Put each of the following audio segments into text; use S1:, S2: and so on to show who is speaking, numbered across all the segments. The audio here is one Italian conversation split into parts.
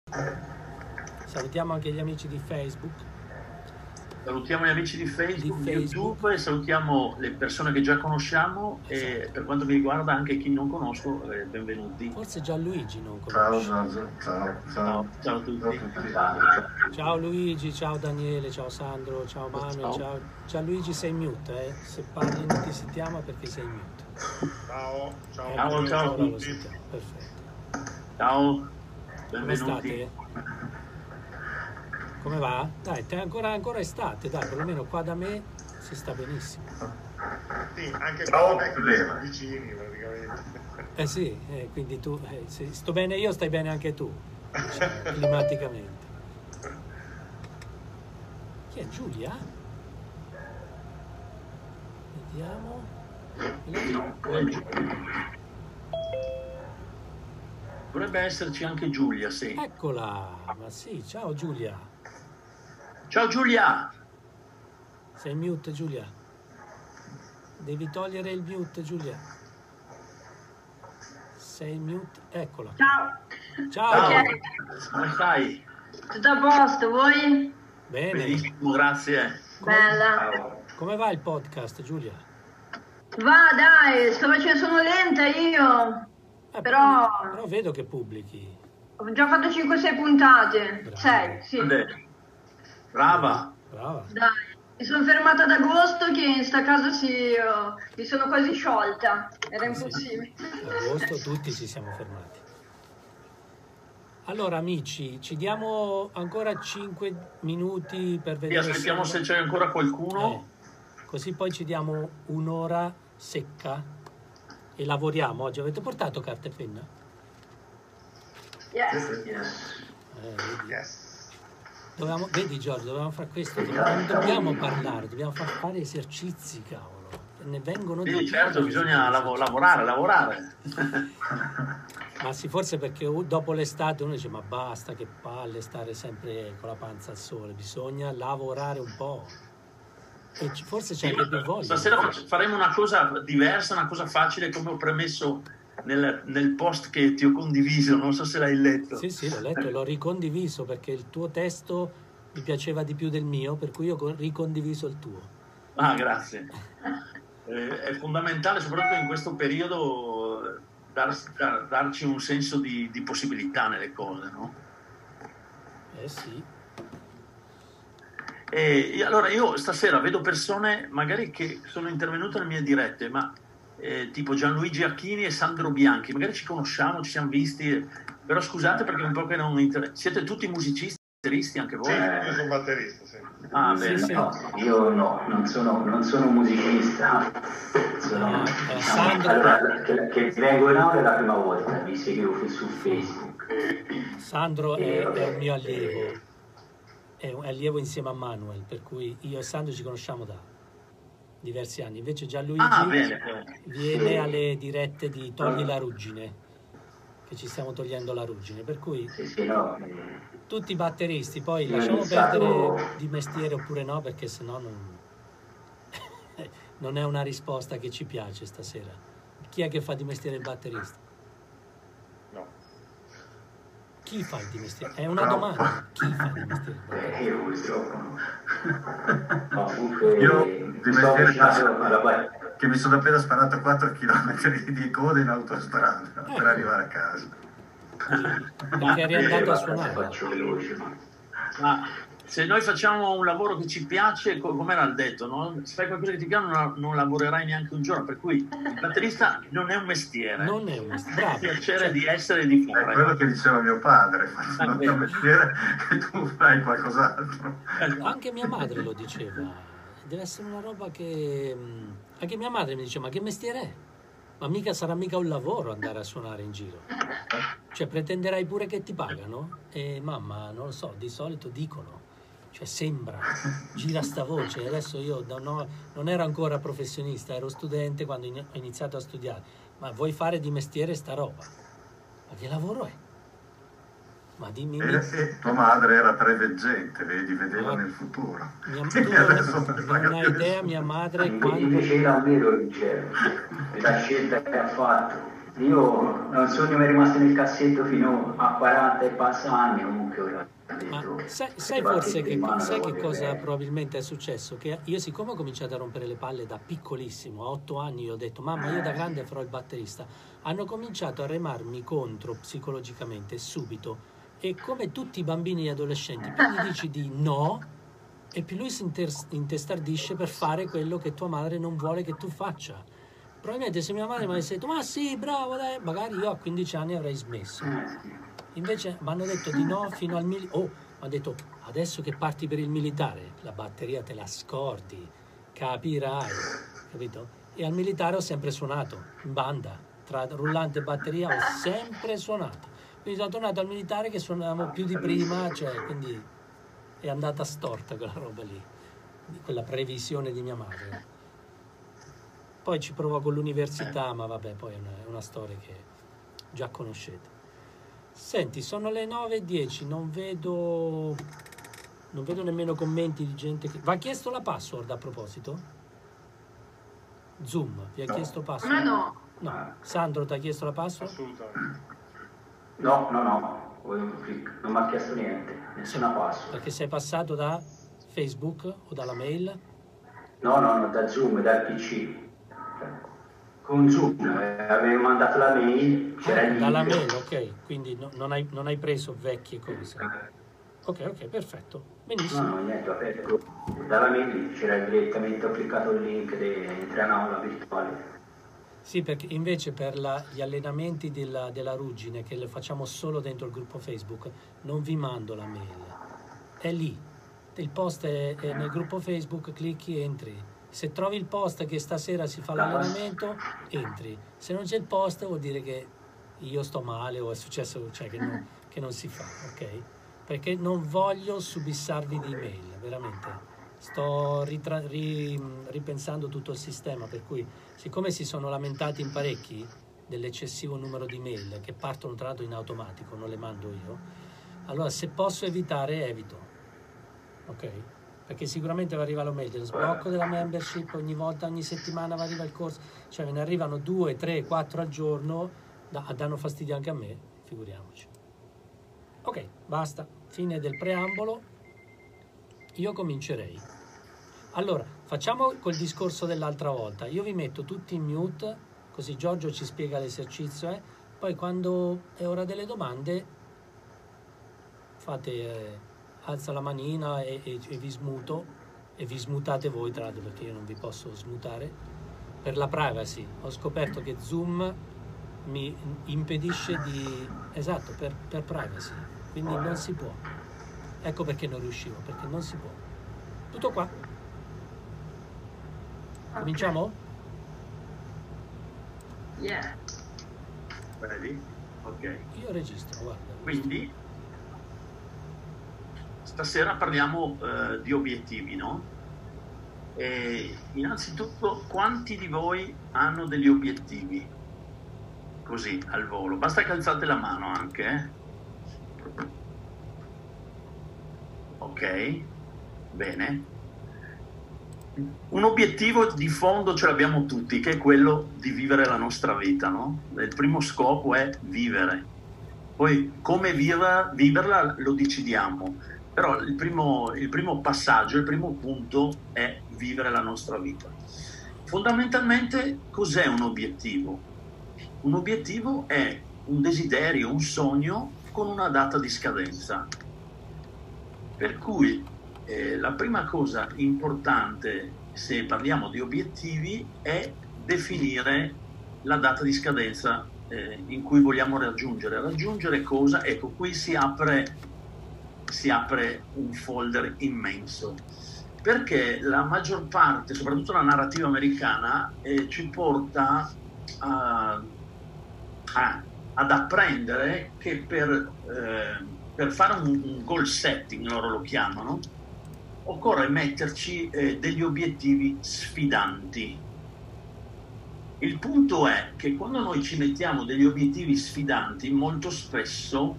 S1: Salutiamo anche gli amici di Facebook.
S2: Salutiamo gli amici di Facebook, YouTube, e salutiamo le persone che già conosciamo, e per quanto mi riguarda anche chi non conosco, benvenuti.
S1: Forse Gianluigi non conosce.
S2: Ciao a tutti.
S1: Ciao Luigi, ciao Daniele, ciao Sandro, ciao Manuel, ciao. Gianluigi, sei mute, se parli non ti sentiamo perché sei mute.
S2: Ciao a tutti.
S1: Perfetto.
S2: Ciao,
S1: benvenuti. Come va? Dai, ancora estate, dai, perlomeno qua da me si sta benissimo.
S3: Sì, anche per vicini praticamente.
S1: Sì, quindi tu, se sto bene io, stai bene anche tu, climaticamente. Chi è Giulia? Vediamo.
S2: Dovrebbe esserci anche Giulia, sì.
S1: Eccola, ma sì, ciao Giulia.
S2: Ciao Giulia!
S1: Sei mute, Giulia? Devi togliere il mute, Giulia. Sei mute, eccola.
S4: Ciao.
S2: Okay. Come stai?
S4: Tutto a posto, voi?
S1: Bene.
S2: Benissimo, grazie.
S4: Bella.
S1: Come va il podcast, Giulia?
S4: Va, dai, sono lenta io. Però
S1: vedo che pubblichi.
S4: Ho già fatto 5-6 puntate.
S1: Brava.
S4: 6, sì.
S2: Brava.
S4: Dai, mi sono fermata ad agosto che in sta casa mi sono quasi sciolta. Era impossibile.
S1: Ad agosto tutti ci siamo fermati. Allora amici, ci diamo ancora 5 minuti per vedere.
S2: Sì, aspettiamo se c'è ancora qualcuno.
S1: Così poi ci diamo un'ora secca e lavoriamo. Oggi avete portato carta e penna?
S4: Yes.
S1: Vedi Giorgio, dovevamo fare questo, non dobbiamo parlare, dobbiamo fare esercizi, cavolo. Ne vengono
S2: sì, certo, bisogna lavorare.
S1: Ma sì, forse perché dopo l'estate uno dice ma basta, che palle stare sempre con la panza al sole, bisogna lavorare un po'. E forse c'è anche più voglia.
S2: Stasera faremo una cosa diversa, una cosa facile, come ho premesso nel post che ti ho condiviso, non so se l'hai letto.
S1: Sì, l'ho letto e l'ho ricondiviso perché il tuo testo mi piaceva di più del mio, per cui ho ricondiviso il tuo.
S2: Ah, grazie. È fondamentale, soprattutto in questo periodo, darci un senso di possibilità nelle cose, no?
S1: Sì.
S2: E allora io stasera vedo persone magari che sono intervenute nelle mie dirette, ma tipo Gianluigi Acchini e Sandro Bianchi, magari ci conosciamo, ci siamo visti, però scusate perché un po' che non siete tutti musicisti, batteristi anche voi?
S3: Sì, io sono batterista, sì.
S2: Ah, bene.
S5: Sì. No, io non sono musicista,
S1: Sandro...
S5: Allora, che vengo in aula è la prima volta, vi seguivo su Facebook.
S1: Sandro è un mio allievo, è un allievo insieme a Manuel, per cui io e Sandro ci conosciamo da diversi anni. Invece Gianluigi viene alle dirette di Togli la ruggine, che ci stiamo togliendo la ruggine, per cui tutti i batteristi, poi lasciamo perdere di mestiere oppure no, perché sennò non è una risposta che ci piace stasera. Chi è che fa di mestiere il batterista?
S3: No.
S1: Chi fa di mestiere? È una domanda. Chi fa di mestiere?
S5: Io purtroppo
S6: io di mestiere che mi sono appena sparato 4 km di coda in autostrada per arrivare a casa.
S1: Perché eri andato a suonare.
S2: Ma se noi facciamo un lavoro che ci piace, come era detto, no? Se fai qualcosa che ti piace non lavorerai neanche un giorno, per cui il batterista non è un mestiere.
S1: Non è un mestiere. Bravo.
S2: È il piacere di essere e di fare.
S6: È quello che diceva mio padre, non è un mestiere e tu fai qualcos'altro.
S1: Anche mia madre lo diceva. Deve essere una roba che... Anche mia madre mi diceva, ma che mestiere è? Ma mica sarà mica un lavoro andare a suonare in giro. Cioè pretenderai pure che ti pagano? E mamma, non lo so, di solito dicono. Cioè sembra, gira sta voce. Adesso io non ero ancora professionista, ero studente quando ho iniziato a studiare. Ma vuoi fare di mestiere sta roba? Ma che lavoro è? Ma dimmi...
S6: tua madre era preveggente, vedi, vedeva nel futuro.
S1: Non hai idea, mia madre...
S5: Invece era vero il cielo, la scelta che ha fatto Io è un sogno mi è rimasto nel cassetto fino a 40 e passa anni, comunque ora ho detto,
S1: Ma sai forse sai che cosa probabilmente è successo? Che io, siccome ho cominciato a rompere le palle da piccolissimo, a 8 anni, ho detto mamma, io da grande farò il batterista. Hanno cominciato a remarmi contro psicologicamente subito, e come tutti i bambini e adolescenti, più gli dici di no e più lui si intestardisce per fare quello che tua madre non vuole che tu faccia. Probabilmente se mia madre mi avesse detto ma sì, bravo, dai, magari io a 15 anni avrei smesso. Invece mi hanno detto di no fino al militare. Oh, mi hanno detto adesso che parti per il militare la batteria te la scordi, capirai, capito? E al militare ho sempre suonato in banda, tra rullante e batteria ho sempre suonato. Quindi sono tornato al militare che suonavamo più di prima, cioè, quindi è andata storta quella roba lì, quella previsione di mia madre. Poi ci provo con l'università, ma vabbè, poi è una storia che già conoscete. Senti, sono le 9:10, non vedo nemmeno commenti di gente che... Va chiesto la password a proposito? Zoom, vi ha chiesto password?
S4: Ma no.
S1: No. Sandro, ti ha chiesto la password?
S3: Assolutamente.
S5: No, non mi ha chiesto niente, nessuna password.
S1: Perché sei passato da Facebook o dalla mail?
S5: No, da Zoom, dal PC. Con Zoom avevo mandato la mail, c'era il
S1: Dalla
S5: video.
S1: mail, ok, quindi non hai preso vecchie cose. Ok, perfetto, benissimo.
S5: No, niente, ho aperto dalla mail, c'era direttamente, ho cliccato il link di entrare in aula virtuale.
S1: Sì, perché invece per gli allenamenti della ruggine, che le facciamo solo dentro il gruppo Facebook, non vi mando la mail. È lì. Il post è nel gruppo Facebook, clicchi, entri. Se trovi il post che stasera si fa l'allenamento, entri. Se non c'è il post vuol dire che io sto male o è successo, cioè che non si fa, ok? Perché non voglio subissarvi di email, veramente. Sto ripensando tutto il sistema, per cui siccome si sono lamentati in parecchi dell'eccessivo numero di mail che partono tra l'altro in automatico, non le mando io, allora se posso evitare evito, ok? Perché sicuramente va arriva la mail dello sblocco della membership, ogni settimana va arriva il corso, cioè ve ne arrivano 2, 3, 4 al giorno, danno fastidio anche a me, figuriamoci. Ok, basta, fine del preambolo, io comincerei. Allora, facciamo col discorso dell'altra volta, io vi metto tutti in mute, così Giorgio ci spiega l'esercizio, poi quando è ora delle domande fate... alza la manina e vi smuto, e vi smutate voi tra l'altro, perché io non vi posso smutare per la privacy. Ho scoperto che Zoom mi impedisce di... esatto, per privacy, quindi non si può. Ecco perché non riuscivo, perché non si può. Tutto qua. Cominciamo?
S4: Yeah.
S2: Vedi? Ok.
S1: Io registro, guarda.
S2: Quindi stasera parliamo di obiettivi, no? E innanzitutto, quanti di voi hanno degli obiettivi? Così, al volo. Basta che alzate la mano anche, Ok, bene. Un obiettivo di fondo ce l'abbiamo tutti, che è quello di vivere la nostra vita, no? Il primo scopo è vivere. Poi come viverla lo decidiamo. Però il primo passaggio, il primo punto è vivere la nostra vita. Fondamentalmente, cos'è un obiettivo? Un obiettivo è un desiderio, un sogno con una data di scadenza. Per cui la prima cosa importante, se parliamo di obiettivi, è definire la data di scadenza in cui vogliamo raggiungere. Raggiungere cosa? Ecco, qui si apre un folder immenso, perché la maggior parte, soprattutto la narrativa americana, ci porta ad apprendere che per fare un goal setting, loro lo chiamano, occorre metterci degli obiettivi sfidanti. Il punto è che quando noi ci mettiamo degli obiettivi sfidanti, molto spesso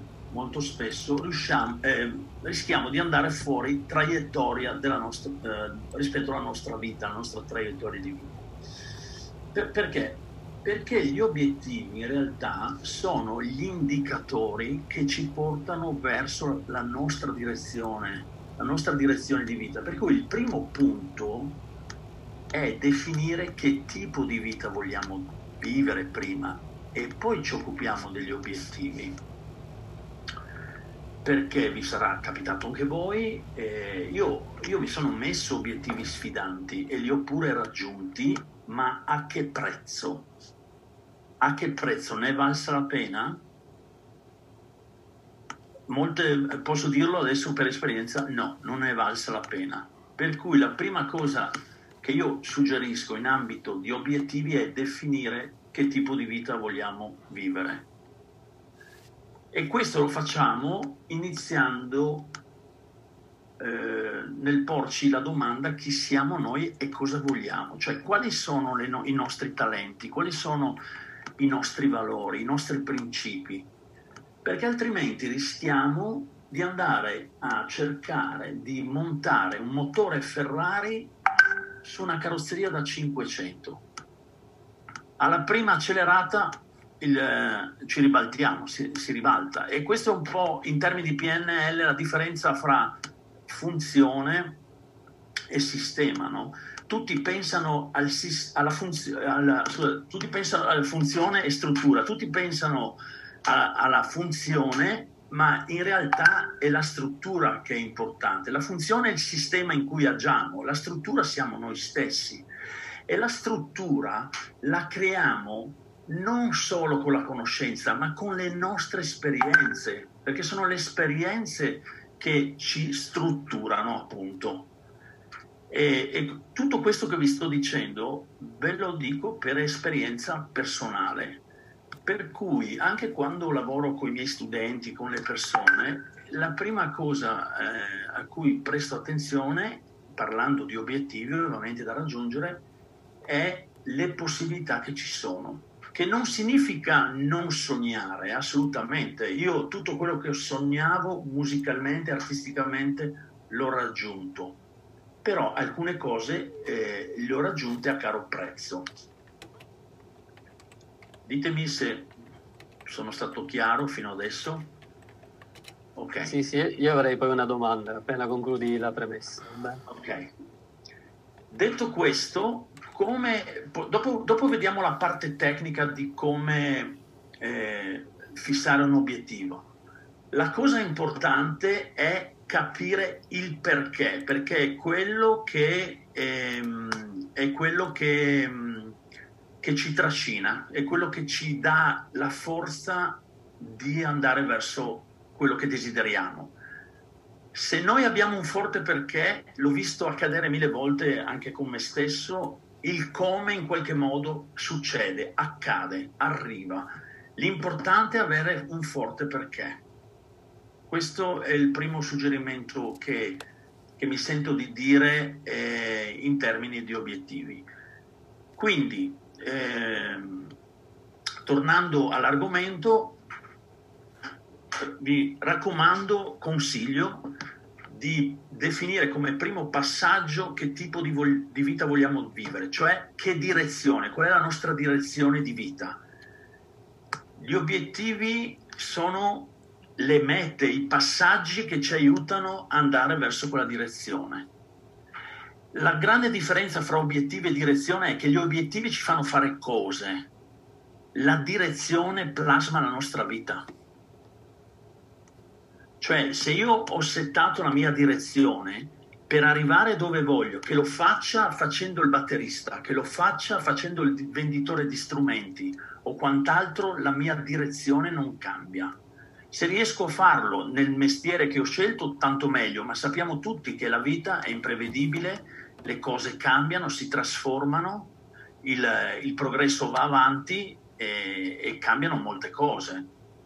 S2: rischiamo di andare fuori traiettoria rispetto alla nostra vita, la nostra traiettoria di vita. Perché? Perché gli obiettivi in realtà sono gli indicatori che ci portano verso la nostra direzione di vita. Per cui il primo punto è definire che tipo di vita vogliamo vivere prima e poi ci occupiamo degli obiettivi. Perché vi sarà capitato anche voi, io mi sono messo obiettivi sfidanti e li ho pure raggiunti, ma a che prezzo? A che prezzo? Ne è valsa la pena? Posso dirlo adesso per esperienza, no, non è valsa la pena. Per cui la prima cosa che io suggerisco in ambito di obiettivi è definire che tipo di vita vogliamo vivere. E questo lo facciamo iniziando nel porci la domanda chi siamo noi e cosa vogliamo, cioè quali sono i nostri talenti, quali sono i nostri valori, i nostri principi, perché altrimenti rischiamo di andare a cercare di montare un motore Ferrari su una carrozzeria da 500. Alla prima accelerata ci ribaltiamo, si ribalta, e questo è un po' in termini di PNL la differenza fra funzione e sistema, no? Tutti pensano alla funzione e struttura, tutti pensano alla funzione, ma in realtà è la struttura che è importante. La funzione è il sistema in cui agiamo, la struttura siamo noi stessi, e la struttura la creiamo non solo con la conoscenza, ma con le nostre esperienze, perché sono le esperienze che ci strutturano, appunto. E tutto questo che vi sto dicendo ve lo dico per esperienza personale, per cui anche quando lavoro con i miei studenti, con le persone, la prima cosa a cui presto attenzione, parlando di obiettivi ovviamente da raggiungere, è le possibilità che ci sono, che non significa non sognare, assolutamente. Io tutto quello che sognavo musicalmente, artisticamente, l'ho raggiunto, però alcune cose le ho raggiunte a caro prezzo. Ditemi se sono stato chiaro fino adesso. Ok.
S7: Sì, io avrei poi una domanda appena concludi la premessa.
S2: Ok. Detto questo, dopo vediamo la parte tecnica di come fissare un obiettivo. La cosa importante è capire il perché è quello che ci trascina, è quello che ci dà la forza di andare verso quello che desideriamo. Se noi abbiamo un forte perché, l'ho visto accadere 1000 volte anche con me stesso, il come in qualche modo succede, accade, arriva. L'importante è avere un forte perché. Questo è il primo suggerimento che mi sento di dire in termini di obiettivi. Quindi, tornando all'argomento, vi raccomando, consiglio di definire come primo passaggio che tipo di vita vogliamo vivere, cioè che direzione, qual è la nostra direzione di vita. Gli obiettivi sono le mete, i passaggi che ci aiutano ad andare verso quella direzione. La grande differenza fra obiettivi e direzione è che gli obiettivi ci fanno fare cose, la direzione plasma la nostra vita. Cioè, se io ho settato la mia direzione per arrivare dove voglio, che lo faccia facendo il batterista, che lo faccia facendo il venditore di strumenti o quant'altro, la mia direzione non cambia. Se riesco a farlo nel mestiere che ho scelto, tanto meglio, ma sappiamo tutti che la vita è imprevedibile, le cose cambiano, si trasformano, il progresso va avanti e cambiano molte cose.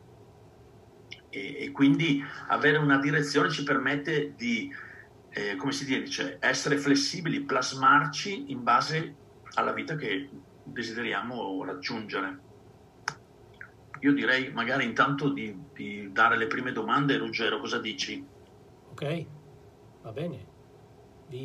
S2: E quindi avere una direzione ci permette di, come si dice, essere flessibili, plasmarci in base alla vita che desideriamo raggiungere. Io direi magari intanto di dare le prime domande. Ruggero, cosa dici?
S1: Ok, va bene.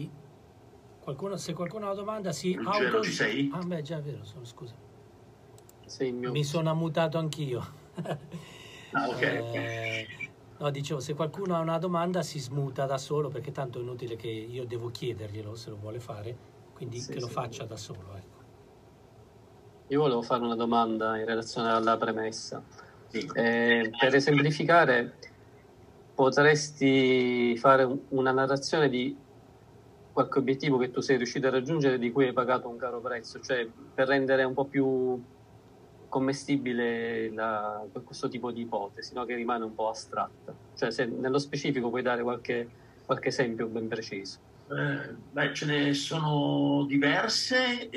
S1: Se qualcuno ha una domanda, sì.
S2: Ruggero, ci sei?
S1: Ah, beh, già è vero, scusa.
S7: Sei mute.
S1: Mi sono ammutato anch'io.
S2: Ah, ok.
S1: No, dicevo, se qualcuno ha una domanda si smuta da solo, perché tanto è inutile che io devo chiederglielo se lo vuole fare, quindi
S7: Sì,
S1: che lo
S7: sì.
S1: faccia da solo, ecco.
S7: Io volevo fare una domanda in relazione alla premessa.
S2: Sì.
S7: Per esemplificare, potresti fare una narrazione di qualche obiettivo che tu sei riuscito a raggiungere, di cui hai pagato un caro prezzo, cioè per rendere un po' più commestibile questo tipo di ipotesi, no? Che rimane un po' astratta. Cioè, se nello specifico puoi dare qualche esempio ben preciso.
S2: Beh, ce ne sono diverse,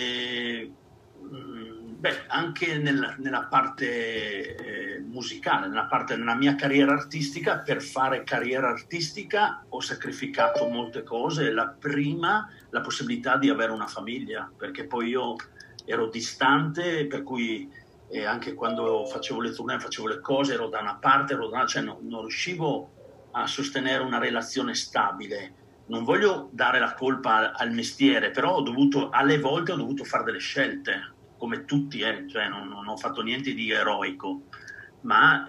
S2: anche nella parte musicale, nella mia carriera artistica. Per fare carriera artistica ho sacrificato molte cose. La prima, la possibilità di avere una famiglia, perché poi io ero distante, per cui anche quando facevo le tournée, facevo le cose, ero da una parte, cioè non riuscivo a sostenere una relazione stabile. Non voglio dare la colpa al mestiere, però alle volte ho dovuto fare delle scelte, come tutti, cioè non ho fatto niente di eroico, ma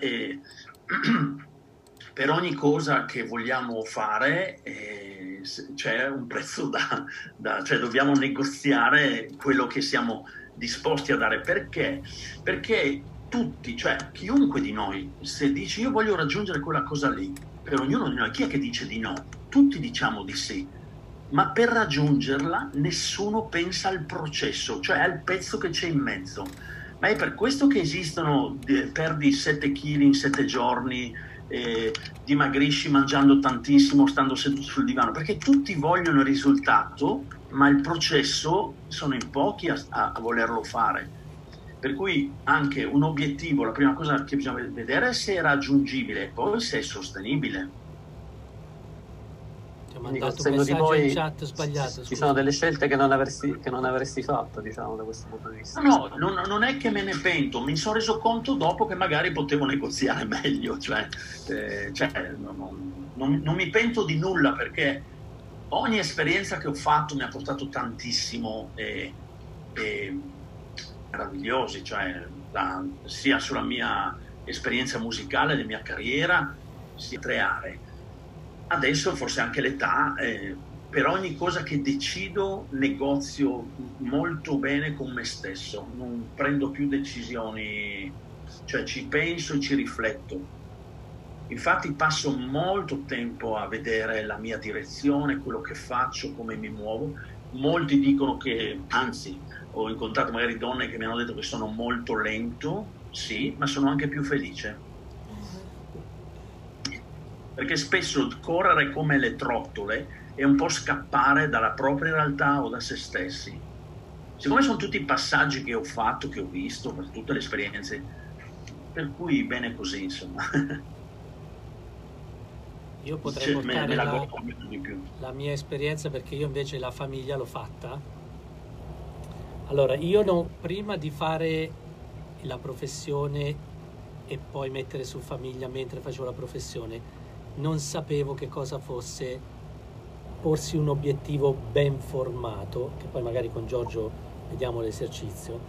S2: per ogni cosa che vogliamo fare c'è un prezzo cioè dobbiamo negoziare quello che siamo disposti a dare. Perché? Perché tutti, cioè chiunque di noi, se dice io voglio raggiungere quella cosa lì, per ognuno di noi, chi è che dice di no? Tutti diciamo di sì, ma per raggiungerla nessuno pensa al processo, cioè al pezzo che c'è in mezzo. Ma è per questo che esistono, perdi 7 kg in 7 giorni, dimagrisci mangiando tantissimo, stando seduto sul divano, perché tutti vogliono il risultato, ma il processo sono in pochi a volerlo fare. Per cui anche un obiettivo, la prima cosa che bisogna vedere è se è raggiungibile e poi se è sostenibile.
S1: Ti ho mandato un messaggio in chat sbagliato.
S7: Ci sono delle scelte che non avresti fatto, diciamo, da questo punto di vista.
S2: No, non è che me ne pento, mi sono reso conto dopo che magari potevo negoziare meglio, non mi pento di nulla, perché ogni esperienza che ho fatto mi ha portato tantissimo e meravigliosi, cioè sia sulla mia esperienza musicale, della mia carriera, sia creare. Adesso forse anche l'età, per ogni cosa che decido negozio molto bene con me stesso, non prendo più decisioni, cioè ci penso e ci rifletto. Infatti passo molto tempo a vedere la mia direzione, quello che faccio, come mi muovo. Molti dicono che, anzi, ho incontrato magari donne che mi hanno detto che sono molto lento, sì, ma sono anche più felice. Perché spesso correre come le trottole è un po' scappare dalla propria realtà o da se stessi. Siccome sono tutti i passaggi che ho fatto, che ho visto, per tutte le esperienze, per cui bene così, insomma.
S1: Io potrei portare la mia esperienza, perché io invece la famiglia l'ho fatta. Allora, prima di fare la professione e poi mettere su famiglia mentre facevo la professione, non sapevo che cosa fosse porsi un obiettivo ben formato, che poi magari con Giorgio vediamo l'esercizio.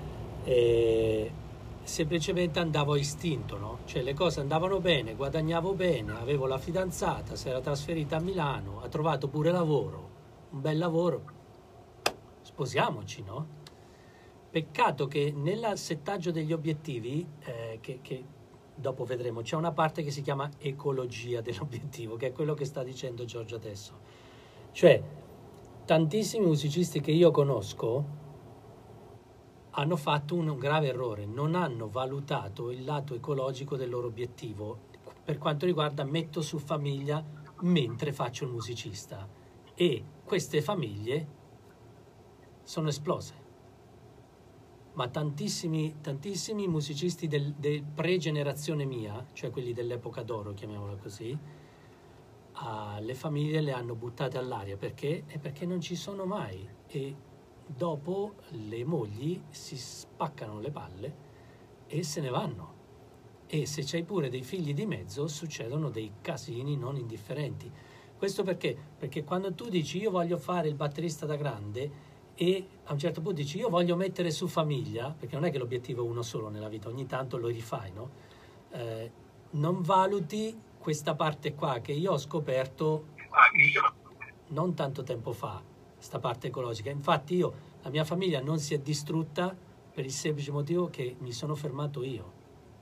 S1: Semplicemente andavo a istinto, no? Cioè le cose andavano bene, guadagnavo bene, avevo la fidanzata, si era trasferita a Milano, ha trovato pure lavoro, un bel lavoro, sposiamoci, no? Peccato che nel settaggio degli obiettivi, che dopo vedremo, c'è una parte che si chiama ecologia dell'obiettivo, che è quello che sta dicendo Giorgio adesso. Cioè, tantissimi musicisti che io conosco hanno fatto un grave errore, non hanno valutato il lato ecologico del loro obiettivo per quanto riguarda metto su famiglia mentre faccio il musicista, e queste famiglie sono esplose. Ma tantissimi musicisti del pre-generazione mia, cioè quelli dell'epoca d'oro, chiamiamola così, le famiglie le hanno buttate all'aria. Perché? Perché non ci sono mai, e dopo le mogli si spaccano le palle e se ne vanno, e se c'hai pure dei figli di mezzo succedono dei casini non indifferenti. Questo perché? Perché quando tu dici io voglio fare il batterista da grande, e a un certo punto dici io voglio mettere su famiglia, perché non è che l'obiettivo è uno solo nella vita, ogni tanto lo rifai, no? Non valuti questa parte qua che io ho scoperto non tanto tempo fa, questa parte ecologica. Infatti la mia famiglia non si è distrutta per il semplice motivo che mi sono fermato io.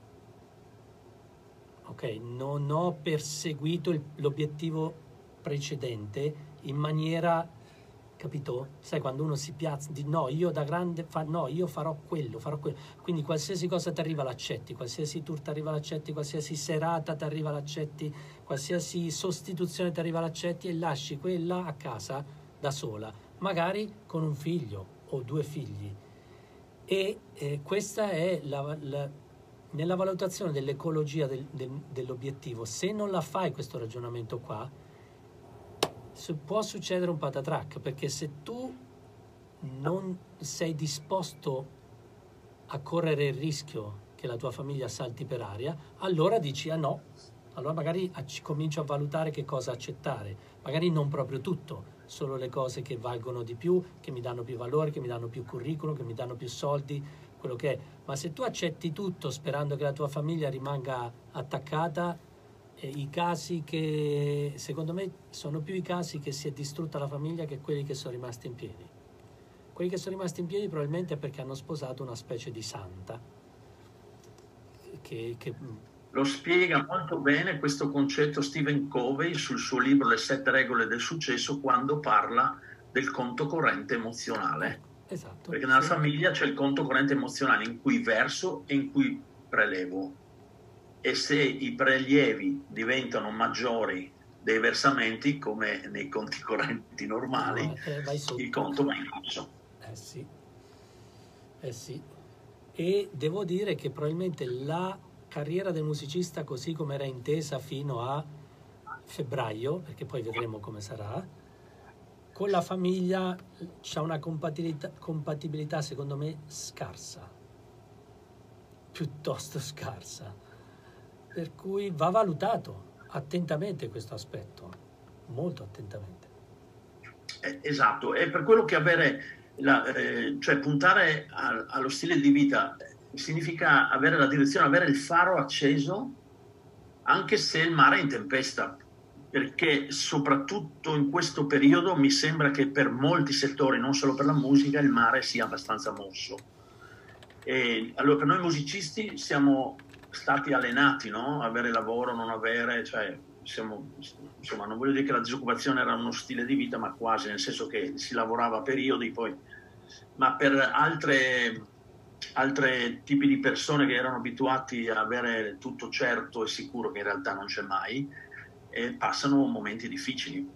S1: Ok, non ho perseguito l'obiettivo precedente in maniera, capito? Sai, quando uno si piazza, di no, io da grande, no, io farò quello. Quindi qualsiasi cosa ti arriva l'accetti, qualsiasi tour ti arriva l'accetti, qualsiasi serata ti arriva l'accetti, qualsiasi sostituzione ti arriva l'accetti e lasci quella a casa da sola, magari con un figlio o 2 figli. E questa è nella valutazione dell'ecologia dell'obiettivo. Se non la fai questo ragionamento qua, può succedere un patatrac, perché se tu non sei disposto a correre il rischio che la tua famiglia salti per aria, allora dici no, allora magari comincio a valutare che cosa accettare, magari non proprio tutto, solo le cose che valgono di più, che mi danno più valore, che mi danno più curriculum, che mi danno più soldi, quello che è. Ma se tu accetti tutto sperando che la tua famiglia rimanga attaccata, i casi che, secondo me, sono più i casi che si è distrutta la famiglia che quelli che sono rimasti in piedi. Quelli che sono rimasti in piedi probabilmente è perché hanno sposato una specie di santa.
S2: Lo spiega molto bene questo concetto Stephen Covey sul suo libro Le 7 regole del successo, quando parla del conto corrente emozionale.
S1: Esatto.
S2: Perché nella famiglia c'è il conto corrente emozionale in cui verso e in cui prelevo. E se i prelievi diventano maggiori dei versamenti, come nei conti correnti normali, il conto va in basso.
S1: Sì. E devo dire che probabilmente la carriera del musicista, così come era intesa fino a febbraio, perché poi vedremo come sarà, con la famiglia c'è una compatibilità secondo me scarsa, piuttosto scarsa. Per cui va valutato attentamente questo aspetto, molto attentamente.
S2: Esatto, è per quello che avere, cioè puntare allo stile di vita significa avere la direzione, avere il faro acceso, anche se il mare è in tempesta, perché soprattutto in questo periodo mi sembra che per molti settori, non solo per la musica, il mare sia abbastanza mosso. E allora per noi musicisti siamo stati allenati, no? Avere lavoro, non avere, cioè insomma, non voglio dire che la disoccupazione era uno stile di vita, ma quasi, nel senso che si lavorava a periodi, poi, ma per altri tipi di persone che erano abituati a avere tutto certo e sicuro, che in realtà non c'è mai, passano momenti difficili.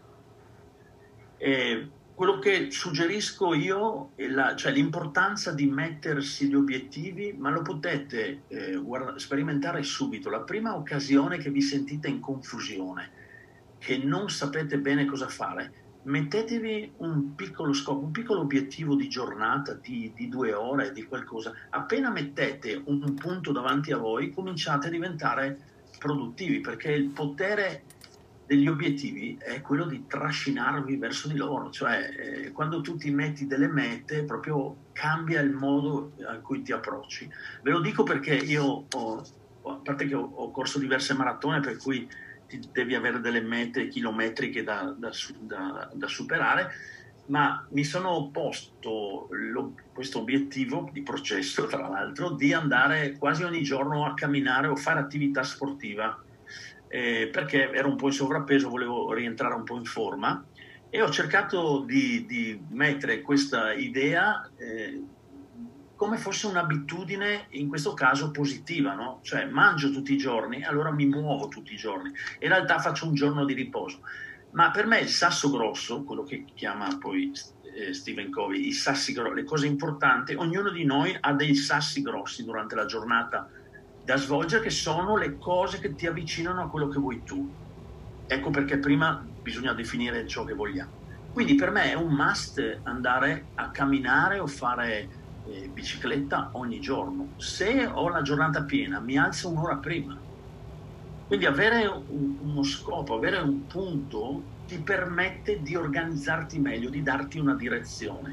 S2: Quello che suggerisco io è cioè l'importanza di mettersi gli obiettivi, ma lo potete sperimentare subito. La prima occasione che vi sentite in confusione, che non sapete bene cosa fare, mettetevi un piccolo scopo, un piccolo obiettivo di giornata, di 2 ore, di qualcosa. Appena mettete un punto davanti a voi, cominciate a diventare produttivi, perché il potere degli obiettivi è quello di trascinarvi verso di loro, cioè quando tu ti metti delle mete proprio cambia il modo a cui ti approcci. Ve lo dico perché io a parte che ho corso diverse maratone, per cui devi avere delle mete chilometriche da superare, ma mi sono posto questo obiettivo di processo, tra l'altro, di andare quasi ogni giorno a camminare o fare attività sportiva, perché ero un po' in sovrappeso, volevo rientrare un po' in forma, e ho cercato di mettere questa idea come fosse un'abitudine, in questo caso positiva, no? Cioè mangio tutti i giorni, allora mi muovo tutti i giorni, in realtà faccio un giorno di riposo. Ma per me il sasso grosso, quello che chiama poi Stephen Covey, i sassi grossi, le cose importanti, ognuno di noi ha dei sassi grossi durante la giornata da svolgere, che sono le cose che ti avvicinano a quello che vuoi tu. Ecco perché prima bisogna definire ciò che vogliamo. Quindi per me è un must andare a camminare o fare bicicletta ogni giorno. Se ho la giornata piena, mi alzo un'ora prima. Quindi avere uno scopo, avere un punto ti permette di organizzarti meglio, di darti una direzione.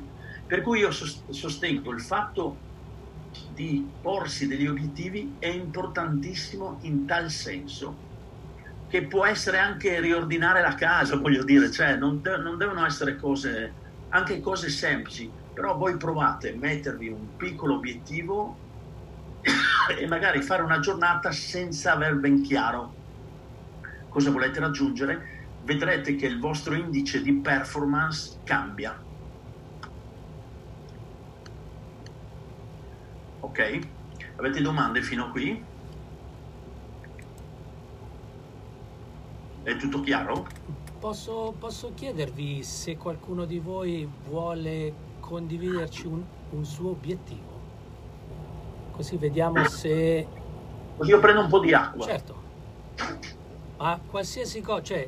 S2: Per cui io sostengo il fatto di porsi degli obiettivi è importantissimo in tal senso che può essere anche riordinare la casa, voglio dire, cioè non devono essere cose, anche cose semplici, però voi provate a mettervi un piccolo obiettivo e magari fare una giornata senza aver ben chiaro cosa volete raggiungere, vedrete che il vostro indice di performance cambia. Ok? Avete domande fino a qui? È tutto chiaro?
S1: Posso chiedervi se qualcuno di voi vuole condividerci un suo obiettivo? Così vediamo se...
S2: Così io prendo un po' di acqua.
S1: Certo. Ma qualsiasi cosa, cioè,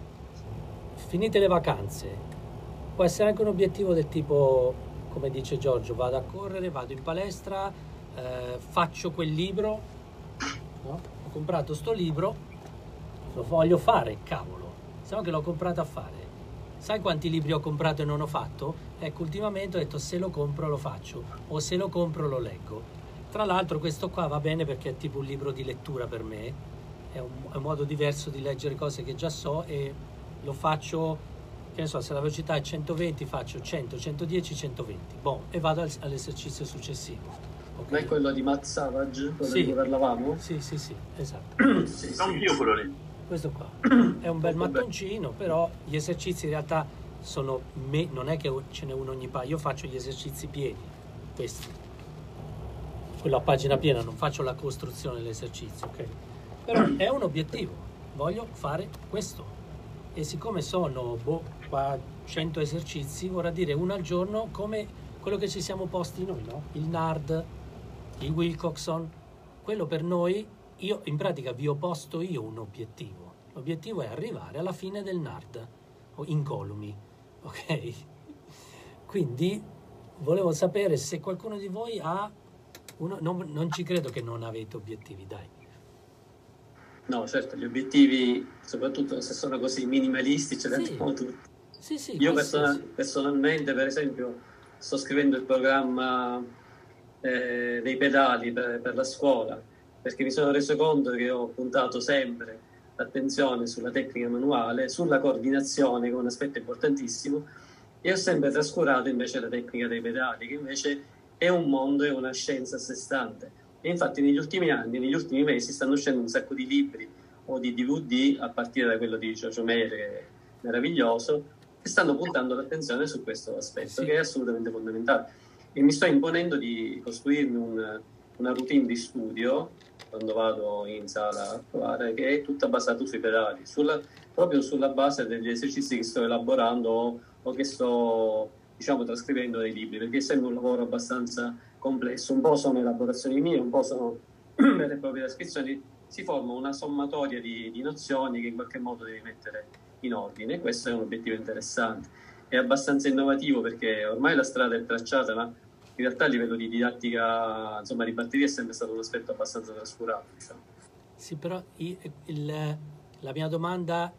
S1: finite le vacanze, può essere anche un obiettivo del tipo, come dice Giorgio, vado a correre, vado in palestra, faccio quel libro, no? Ho comprato sto libro, lo voglio fare, cavolo, se no che l'ho comprato a fare. Sai quanti libri ho comprato e non ho fatto? Ecco, ultimamente ho detto se lo compro lo faccio, o se lo compro lo leggo. Tra l'altro questo qua va bene perché è tipo un libro di lettura per me, è un modo diverso di leggere cose che già so e lo faccio, che ne so, se la velocità è 120 faccio 100, 110, 120, boh, e vado all'esercizio successivo. Okay.
S7: Ma è quello di Matt Savage, quello
S1: sì,
S7: di cui parlavamo?
S1: Sì, esatto.
S7: Sì,
S2: non io quello lì.
S1: Questo qua è un bel mattoncino, però gli esercizi in realtà sono non è che ce n'è uno ogni paio, io faccio gli esercizi pieni, questi. Quello a pagina piena, non faccio la costruzione dell'esercizio, ok? Però è un obiettivo, voglio fare questo. E siccome sono qua 100 esercizi, vorrà dire uno al giorno come quello che ci siamo posti noi, no? Il NARD, il Wilcoxon, quello per noi, io in pratica vi ho posto io un obiettivo. L'obiettivo è arrivare alla fine del NARD, o incolumi, ok? Quindi volevo sapere se qualcuno di voi ha non ci credo che non avete obiettivi, dai.
S7: No, certo, gli obiettivi, soprattutto se sono così minimalisti, ce li abbiamo tutti.
S1: Sì,
S7: io personalmente, per esempio, sto scrivendo il programma dei pedali per la scuola, perché mi sono reso conto che ho puntato sempre l'attenzione sulla tecnica manuale, sulla coordinazione, che è un aspetto importantissimo, e ho sempre trascurato invece la tecnica dei pedali, che invece è un mondo, è una scienza a sé stante. E infatti negli ultimi anni, negli ultimi mesi stanno uscendo un sacco di libri o di DVD, a partire da quello di Giorgio Meyer, che è meraviglioso, che stanno puntando l'attenzione su questo aspetto, che è assolutamente fondamentale. E mi sto imponendo di costruirmi una routine di studio, quando vado in sala a provare, che è tutta basata sui pedali, proprio sulla base degli esercizi che sto elaborando o che sto, diciamo, trascrivendo nei libri, perché è sempre un lavoro abbastanza complesso, un po' sono elaborazioni mie, un po' sono vere e proprie descrizioni, si forma una sommatoria di nozioni che in qualche modo devi mettere in ordine. Questo è un obiettivo interessante, è abbastanza innovativo perché ormai la strada è tracciata, ma in realtà a livello di didattica, insomma, di batteria è sempre stato un aspetto abbastanza trascurato, diciamo.
S1: Sì, però la mia domanda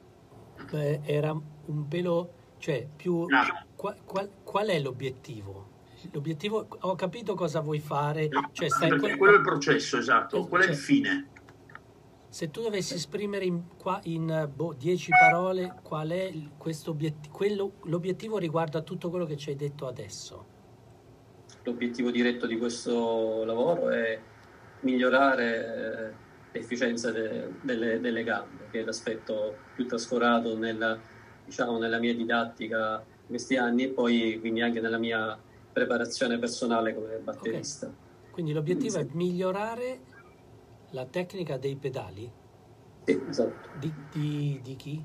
S1: era un pelo, cioè più qual è l'obiettivo? L'obiettivo, ho capito cosa vuoi fare, cioè
S2: quello è il processo, esatto, quello è il fine.
S1: Se tu dovessi esprimere in 10 parole qual è questo obiettivo, l'obiettivo riguarda tutto quello che ci hai detto adesso.
S7: L'obiettivo diretto di questo lavoro è migliorare l'efficienza delle gambe, che è l'aspetto più trascurato nella mia didattica in questi anni, e poi quindi anche nella mia preparazione personale come batterista.
S1: Okay. Quindi l'obiettivo è migliorare la tecnica dei pedali?
S7: Sì, esatto.
S1: Di chi?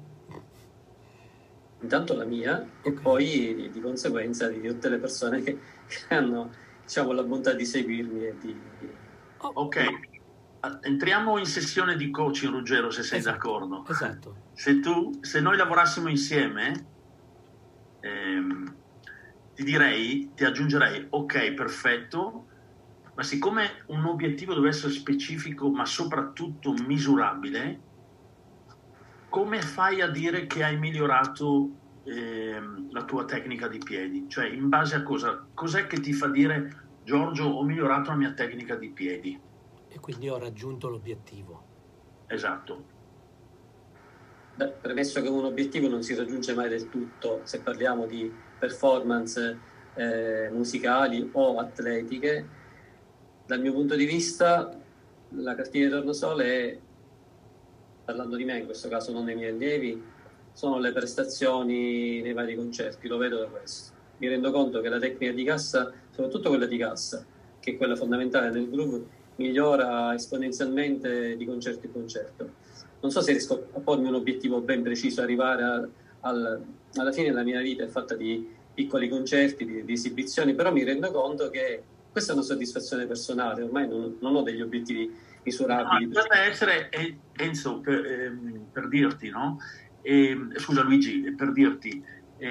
S7: Intanto la mia, e poi di conseguenza di tutte le persone che hanno, diciamo, la bontà di seguirmi e di...
S2: Ok, entriamo in sessione di coaching, Ruggero, se sei d'accordo.
S1: Esatto.
S2: Se noi lavorassimo insieme, ti aggiungerei, ok, perfetto, ma siccome un obiettivo deve essere specifico ma soprattutto misurabile, come fai a dire che hai migliorato la tua tecnica di piedi? Cioè, in base a cosa? Cos'è che ti fa dire, Giorgio, ho migliorato la mia tecnica di piedi?
S1: E quindi ho raggiunto l'obiettivo.
S2: Esatto.
S7: Beh, premesso che un obiettivo non si raggiunge mai del tutto, se parliamo di performance musicali o atletiche, dal mio punto di vista la cartina di tornasole è, parlando di me in questo caso, non dei miei allievi, sono le prestazioni nei vari concerti, lo vedo da questo. Mi rendo conto che la tecnica di cassa, soprattutto quella di cassa, che è quella fondamentale nel groove, migliora esponenzialmente di concerto in concerto. Non so se riesco a pormi un obiettivo ben preciso, arrivare alla fine della mia vita è fatta di piccoli concerti, di esibizioni, però mi rendo conto che questa è una soddisfazione personale, ormai non ho degli obiettivi misurabili.
S2: No, deve essere, Enzo, per dirti, no? Scusa Luigi, per dirti,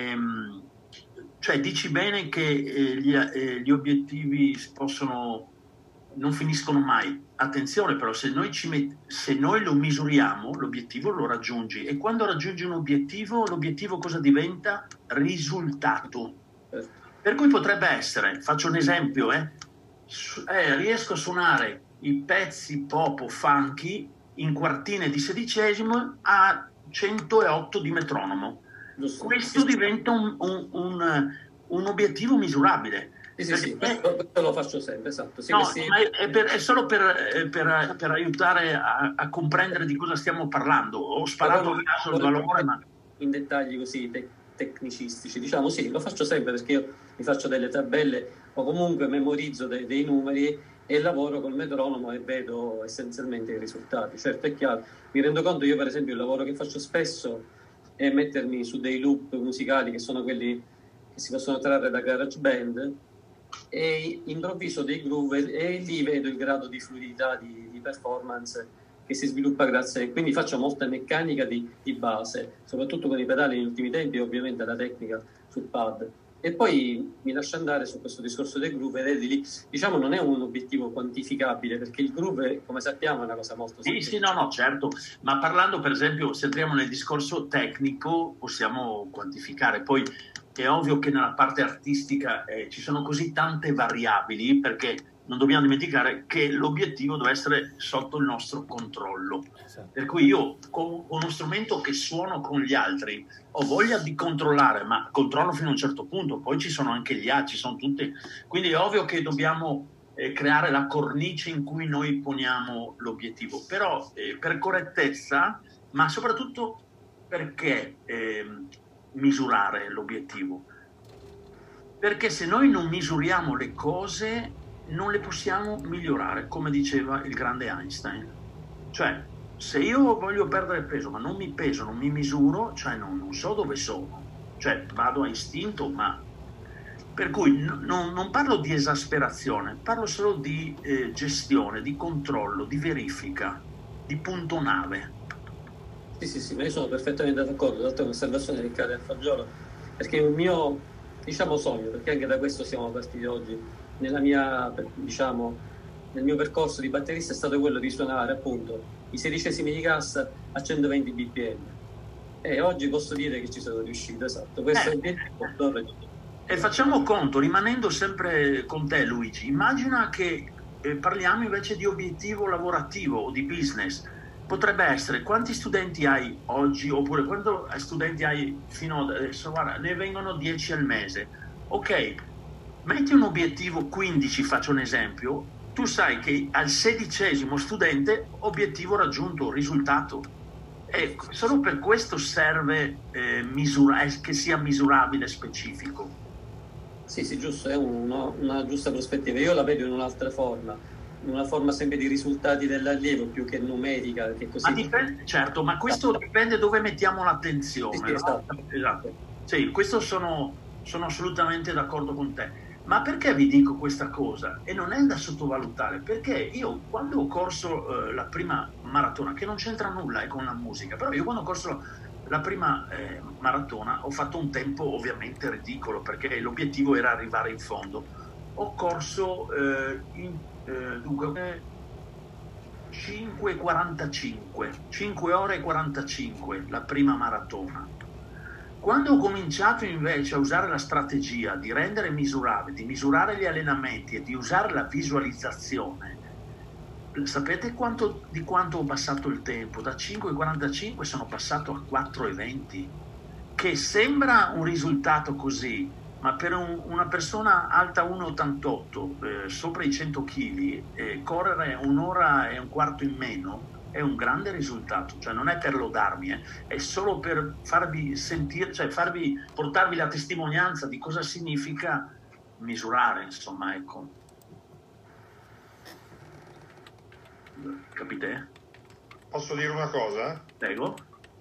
S2: cioè dici bene che gli obiettivi non finiscono mai. Attenzione però, se noi lo misuriamo, l'obiettivo lo raggiungi, e quando raggiungi un obiettivo, l'obiettivo cosa diventa? Risultato. Per cui potrebbe essere, faccio un esempio, riesco a suonare i pezzi pop o funky in quartine di sedicesimo a 108 di metronomo. Questo diventa un obiettivo misurabile.
S7: Sì, questo lo faccio sempre, esatto. Sì,
S2: no, ma è solo per aiutare a comprendere di cosa stiamo parlando. Ho sparato a caso il valore, ma
S7: in dettagli così tecnicistici, diciamo, sì, lo faccio sempre perché io mi faccio delle tabelle o comunque memorizzo dei numeri e lavoro col metronomo e vedo essenzialmente i risultati. Certo, è chiaro, mi rendo conto, io per esempio il lavoro che faccio spesso è mettermi su dei loop musicali che sono quelli che si possono trarre da GarageBand e improvviso dei groove e lì vedo il grado di fluidità, di performance che si sviluppa grazie, quindi faccio molta meccanica di base, soprattutto con i pedali negli ultimi tempi, ovviamente la tecnica sul pad, e poi mi lascio andare su questo discorso del groove ed lì, diciamo, non è un obiettivo quantificabile perché il groove, come sappiamo, è una cosa molto semplice.
S2: Sì, no, certo, ma parlando per esempio, se entriamo nel discorso tecnico possiamo quantificare, poi è ovvio che nella parte artistica ci sono così tante variabili, perché non dobbiamo dimenticare che l'obiettivo deve essere sotto il nostro controllo. Esatto. Per cui io con uno strumento che suono con gli altri ho voglia di controllare, ma controllo fino a un certo punto, poi ci sono anche gli altri, ci sono tutti. Quindi è ovvio che dobbiamo creare la cornice in cui noi poniamo l'obiettivo, però per correttezza, ma soprattutto perché misurare l'obiettivo? Perché se noi non misuriamo le cose non le possiamo migliorare, come diceva il grande Einstein. Cioè, se io voglio perdere peso ma non mi peso, non mi misuro, cioè non so dove sono, cioè vado a istinto, ma per cui non parlo di esasperazione, parlo solo di gestione, di controllo, di verifica, di punto nave.
S7: Sì, ma io sono perfettamente d'accordo, dato un'osservazione che cade a fagiolo, perché è un mio, diciamo, sogno, perché anche da questo siamo partiti oggi, nel mio percorso di batterista è stato quello di suonare appunto i sedicesimi di cassa a 120 bpm e oggi posso dire che ci sono riuscito, esatto, questo è l'obiettivo.
S2: E facciamo conto, rimanendo sempre con te Luigi, immagina che parliamo invece di obiettivo lavorativo o di business. Potrebbe essere quanti studenti hai oggi, oppure quanti studenti hai fino adesso, guarda, ne vengono 10 al mese. Ok, metti un obiettivo 15, faccio un esempio, tu sai che al 16° studente obiettivo raggiunto, risultato. E solo per questo serve che sia misurabile, specifico.
S7: Sì, giusto, è una giusta prospettiva. Io la vedo in un'altra forma, una forma sempre di risultati dell'allievo più che numerica, che così.
S2: Ma dipende, certo, ma questo dipende dove mettiamo l'attenzione.
S7: Sì,
S2: no? Esatto. Sì, questo sono assolutamente d'accordo con te. Ma perché vi dico questa cosa? E non è da sottovalutare, perché io quando ho corso la prima maratona, che non c'entra nulla con la musica, però io quando ho corso la prima maratona ho fatto un tempo ovviamente ridicolo, perché l'obiettivo era arrivare in fondo. Ho corso dunque 5 ore e 45 la prima maratona. Quando ho cominciato invece a usare la strategia di rendere misurabile, di misurare gli allenamenti e di usare la visualizzazione, sapete di quanto ho passato il tempo? Da 5,45 sono passato a 4,20, che sembra un risultato così, ma per una persona alta 1,88, sopra i 100 kg, correre 1 ora e un quarto in meno è un grande risultato. Cioè non è per lodarmi, è solo per farvi sentire, cioè portarvi la testimonianza di cosa significa misurare, insomma, ecco. Capite?
S3: Posso dire una cosa?
S2: Prego.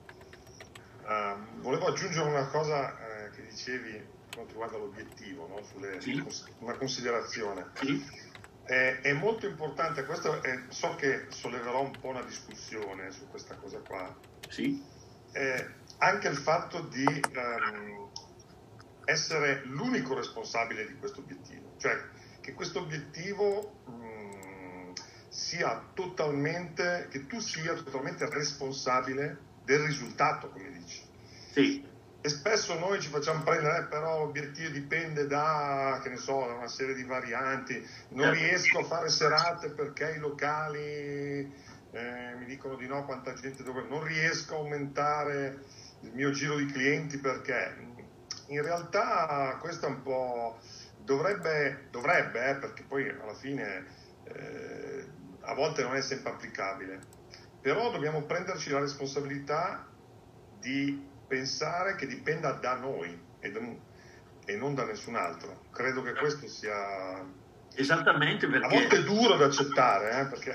S3: Volevo aggiungere una cosa che dicevi quanto riguarda l'obiettivo, no?
S2: Sì.
S3: Una considerazione.
S2: Sì.
S3: È molto importante, questo so che solleverò un po' una discussione su questa cosa qua.
S2: Sì.
S3: Anche il fatto di essere l'unico responsabile di questo obiettivo, cioè che questo obiettivo che tu sia totalmente responsabile del risultato, come dici.
S2: Sì.
S3: E spesso noi ci facciamo prendere, però l'obiettivo dipende da, che ne so, da una serie di varianti. Non riesco a fare serate perché i locali mi dicono di no, quanta gente dove. Non riesco a aumentare il mio giro di clienti perché in realtà questo è un po'. Dovrebbe perché poi alla fine a volte non è sempre applicabile. Però dobbiamo prenderci la responsabilità di pensare che dipenda da noi e non da nessun altro. Credo che questo sia
S2: esattamente, perché
S3: a volte è duro da accettare, perché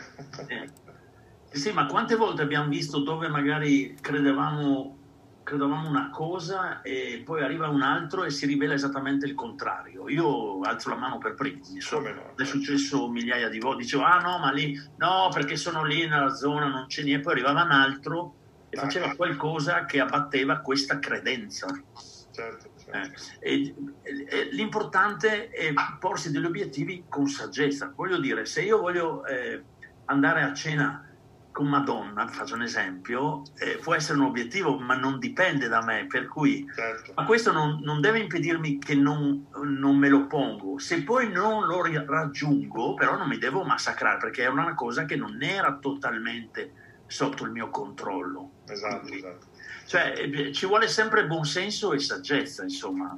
S2: sì, ma quante volte abbiamo visto dove magari credevamo una cosa e poi arriva un altro e si rivela esattamente il contrario. Io alzo la mano per primo,
S3: Come no?
S2: È successo migliaia di volte. Dicevo, no, ma lì no, perché sono lì nella zona, non c'è niente. Poi arrivava un altro e faceva qualcosa che abbatteva questa credenza.
S3: Certo.
S2: E l'importante è porsi degli obiettivi con saggezza. Voglio dire, se io voglio andare a cena con Madonna, faccio un esempio, può essere un obiettivo, ma non dipende da me, per cui
S3: Certo.
S2: ma questo non deve impedirmi che non me lo pongo. Se poi non lo raggiungo, però non mi devo massacrare, perché è una cosa che non era totalmente sotto il mio controllo.
S3: Esatto.
S2: Cioè ci vuole sempre buonsenso e saggezza, insomma.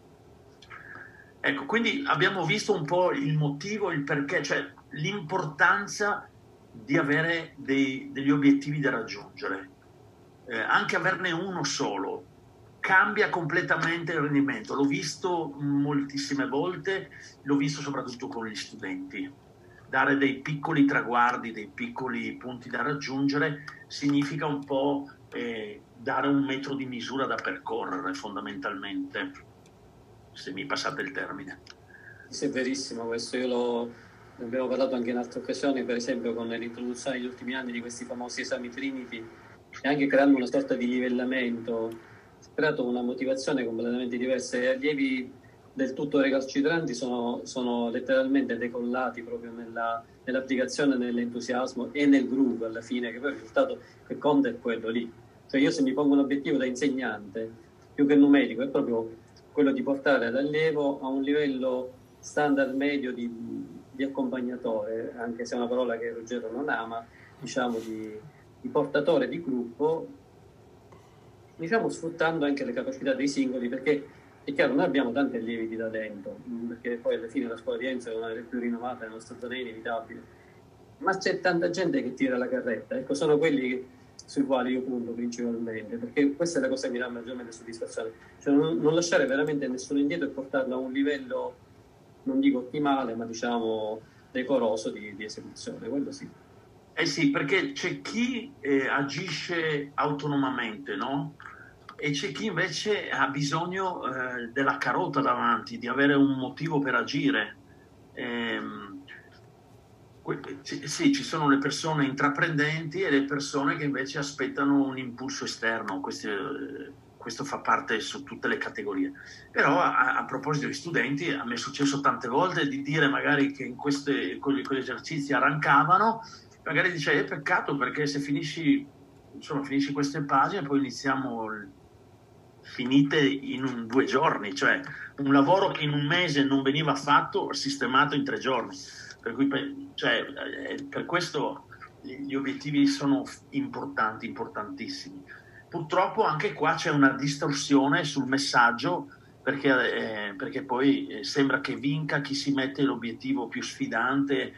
S2: Ecco, quindi abbiamo visto un po' il motivo, il perché, cioè l'importanza di avere degli obiettivi da raggiungere. Anche averne uno solo cambia completamente il rendimento. L'ho visto moltissime volte, l'ho visto soprattutto con gli studenti. Dare dei piccoli traguardi, dei piccoli punti da raggiungere significa un po' dare un metro di misura da percorrere, fondamentalmente, se mi passate il termine.
S7: Sì, è verissimo questo, ne abbiamo parlato anche in altre occasioni, per esempio con l'introduzione negli ultimi anni di questi famosi esami Trinity, e anche creando una sorta di livellamento, si è creato una motivazione completamente diversa. Gli allievi del tutto recalcitranti sono letteralmente decollati proprio nell'applicazione, nell'entusiasmo e nel groove alla fine, che poi il risultato che conta è quello lì. Cioè io se mi pongo un obiettivo da insegnante, più che numerico, è proprio quello di portare l'allievo a un livello standard medio di accompagnatore, anche se è una parola che Ruggero non ama, diciamo di portatore di gruppo, diciamo sfruttando anche le capacità dei singoli, perché è chiaro, noi abbiamo tanti allievi di talento, perché poi alla fine la scuola di Enzo è una delle più rinomate nella nostra zona, è inevitabile, ma c'è tanta gente che tira la carretta, ecco, sono quelli sui quali io punto principalmente, perché questa è la cosa che mi dà maggiormente soddisfazione, cioè non lasciare veramente nessuno indietro e portarlo a un livello, non dico ottimale, ma diciamo decoroso di esecuzione, quello sì.
S2: Sì, perché c'è chi agisce autonomamente, no? E c'è chi invece ha bisogno della carota davanti, di avere un motivo per agire. Sì, ci sono le persone intraprendenti e le persone che invece aspettano un impulso esterno. Questo fa parte su tutte le categorie. Però a proposito di studenti, a me è successo tante volte di dire magari che con gli esercizi arrancavano, magari dice peccato perché se finisci queste pagine poi iniziamo finite in 2 giorni, cioè un lavoro che in un mese non veniva fatto, sistemato in 3 giorni. Per cui, per questo gli obiettivi sono importanti, importantissimi. Purtroppo anche qua c'è una distorsione sul messaggio, perché poi sembra che vinca chi si mette l'obiettivo più sfidante,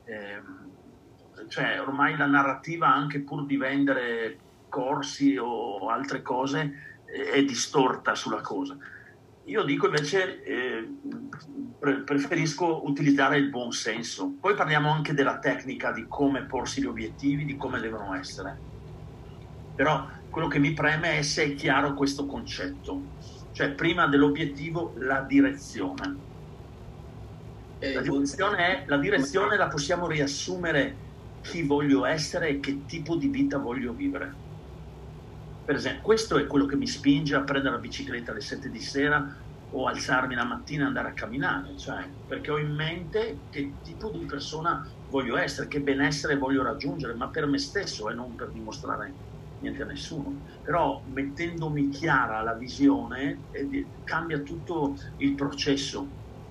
S2: cioè ormai la narrativa, anche pur di vendere corsi o altre cose, è distorta sulla cosa. Io dico invece preferisco utilizzare il buon senso. Poi parliamo anche della tecnica, di come porsi gli obiettivi, di come devono essere. Però quello che mi preme è se è chiaro questo concetto. Cioè, prima dell'obiettivo, la direzione. La direzione la possiamo riassumere: chi voglio essere e che tipo di vita voglio vivere. Per esempio, questo è quello che mi spinge a prendere la bicicletta alle 7 di sera o alzarmi la mattina e andare a camminare, cioè perché ho in mente che tipo di persona voglio essere, che benessere voglio raggiungere, ma per me stesso e non per dimostrare niente a nessuno. Però mettendomi chiara la visione cambia tutto il processo.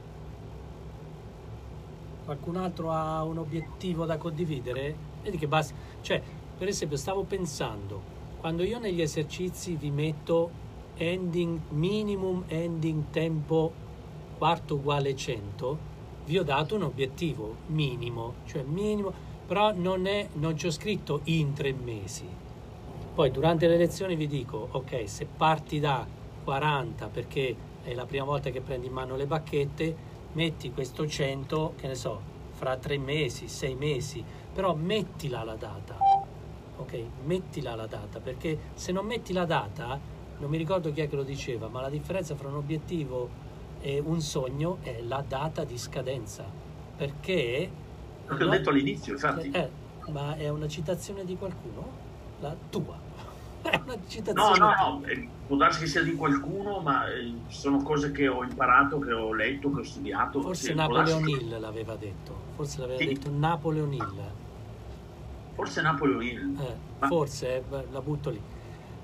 S1: Qualcun altro ha un obiettivo da condividere? Vedi che basta. Cioè, per esempio, stavo pensando, quando io negli esercizi vi metto minimum ending tempo quarto uguale 100, vi ho dato un obiettivo minimo, cioè minimo, però non ci ho scritto in 3 mesi. Poi durante le lezioni vi dico, ok, se parti da 40 perché è la prima volta che prendi in mano le bacchette, metti questo 100, che ne so, fra 3 mesi, 6 mesi, però mettila la data. Ok, mettila la data, perché se non metti la data, non mi ricordo chi è che lo diceva, ma la differenza fra un obiettivo e un sogno è la data di scadenza, perché
S2: ho detto all'inizio, infatti.
S1: Ma è una citazione di qualcuno? La tua? È una citazione?
S2: No, può darsi che sia di qualcuno, ma sono cose che ho imparato, che ho letto, che ho studiato.
S1: Forse Napoleon Hill l'aveva detto, detto Napoleon Hill.
S2: Forse Napoleon Hill.
S1: Forse, la butto lì.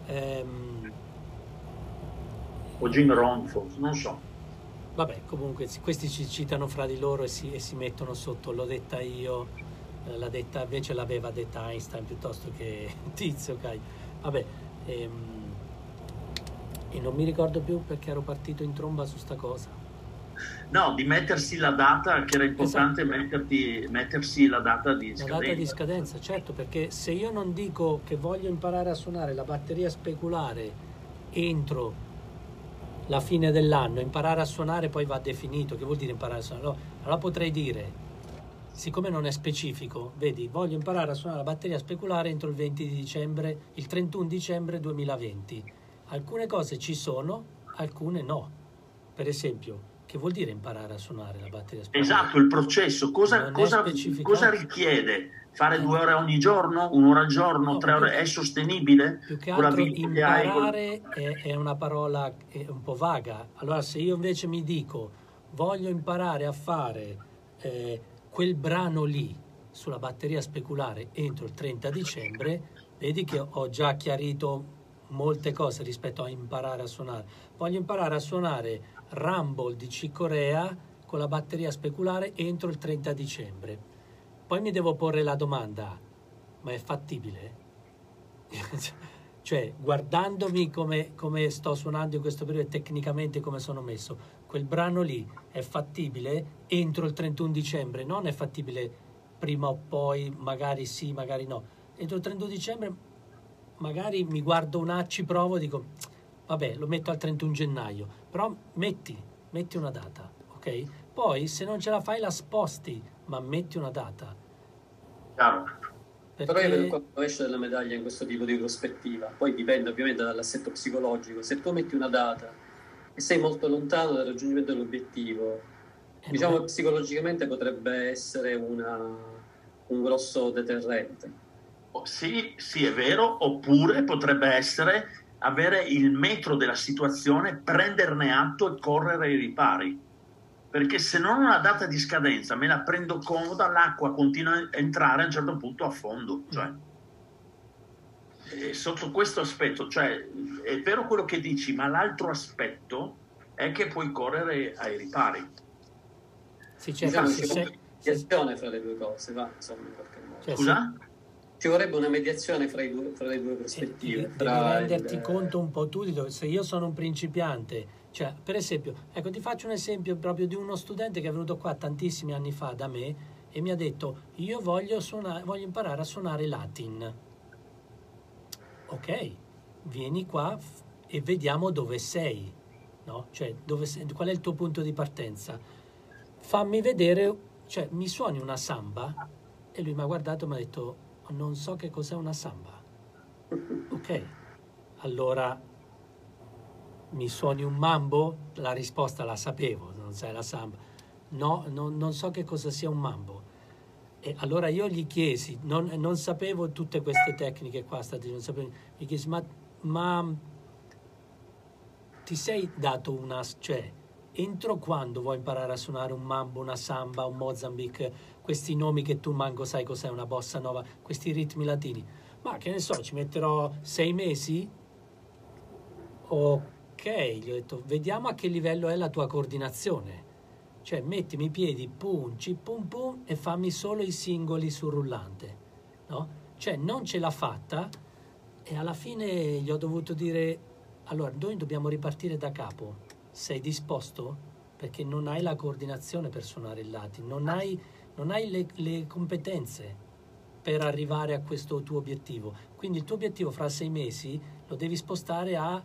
S2: O Jim Rohn, forse, non so.
S1: Vabbè, comunque questi ci citano fra di loro e si mettono sotto, l'ho detta io, invece l'aveva detta Einstein piuttosto che Tizio, Caio. Vabbè, e non mi ricordo più perché ero partito in tromba su sta cosa.
S2: No, di mettersi la data, che era importante, esatto. Mettersi la data di scadenza.
S1: La data di scadenza, certo, perché se io non dico che voglio imparare a suonare la batteria speculare entro la fine dell'anno, imparare a suonare poi va definito, che vuol dire imparare a suonare? Allora potrei dire, siccome non è specifico, vedi, voglio imparare a suonare la batteria speculare entro il 31 dicembre 2020. Alcune cose ci sono, alcune no. Per esempio, che vuol dire imparare a suonare la batteria speculare?
S2: Esatto, il processo. Cosa richiede? Fare 2 ore ogni giorno? 1 ora al giorno? 3 ore? È sostenibile?
S1: Più che altro imparare è una parola un po' vaga. Allora, se io invece mi dico voglio imparare a fare quel brano lì sulla batteria speculare entro il 30 dicembre, vedi che ho già chiarito molte cose rispetto a imparare a suonare. Voglio imparare a suonare Rumble di Chick Corea con la batteria speculare entro il 30 dicembre. Poi mi devo porre la domanda, ma è fattibile? Cioè, guardandomi come sto suonando in questo periodo e tecnicamente come sono messo, quel brano lì è fattibile entro il 31 dicembre? Non è fattibile prima o poi, magari sì, magari no. Entro il 31 dicembre magari mi guardo ci provo e dico, vabbè, lo metto al 31 gennaio, però metti una data, ok? Poi se non ce la fai la sposti, ma metti una data.
S2: Chiaro.
S7: Perché... Però io vedo qua il rovescio della medaglia in questo tipo di prospettiva. Poi dipende ovviamente dall'assetto psicologico. Se tu metti una data e sei molto lontano dal raggiungimento dell'obiettivo, diciamo che psicologicamente potrebbe essere un grosso deterrente.
S2: Sì, è vero, oppure potrebbe essere avere il metro della situazione, prenderne atto e correre ai ripari. Perché se non ho una data di scadenza, me la prendo comoda, l'acqua continua a entrare, a un certo punto affondo. Cioè. sotto questo aspetto, cioè è vero quello che dici, ma l'altro aspetto è che puoi correre ai ripari.
S1: Sì, certo,
S7: diciamo, ci vorrebbe una mediazione fra le due cose, va, insomma, in qualche modo.
S1: Cioè,
S2: Scusa?
S7: Ci vorrebbe una mediazione fra le due prospettive.
S1: Devi renderti conto un po' tu di dove, se io sono un principiante, cioè per esempio, ecco, ti faccio un esempio proprio di uno studente che è venuto qua tantissimi anni fa da me e mi ha detto: io voglio imparare a suonare Latin. Ok, vieni qua e vediamo dove sei, no? Cioè, qual è il tuo punto di partenza? Fammi vedere, cioè mi suoni una samba? E lui mi ha guardato e mi ha detto: non so che cos'è una samba. Ok, allora mi suoni un mambo? La risposta la sapevo, non sai la samba. No, non so che cosa sia un mambo. E allora io gli chiesi, non sapevo tutte queste tecniche qua, non sapevo, gli chiesi, ma ti sei dato cioè, entro quando vuoi imparare a suonare un mambo, una samba, un Mozambique, questi nomi che tu manco sai cos'è, una bossa nova, questi ritmi latini? Ma che ne so, ci metterò 6 mesi? Ok, gli ho detto, vediamo a che livello è la tua coordinazione. Cioè, mettimi i piedi, pum, ci pum pum, e fammi solo i singoli sul rullante, no? Cioè, non ce l'ha fatta e alla fine gli ho dovuto dire: allora, noi dobbiamo ripartire da capo. Sei disposto? Perché non hai la coordinazione per suonare il Latin, non hai le competenze per arrivare a questo tuo obiettivo. Quindi il tuo obiettivo fra 6 mesi lo devi spostare a,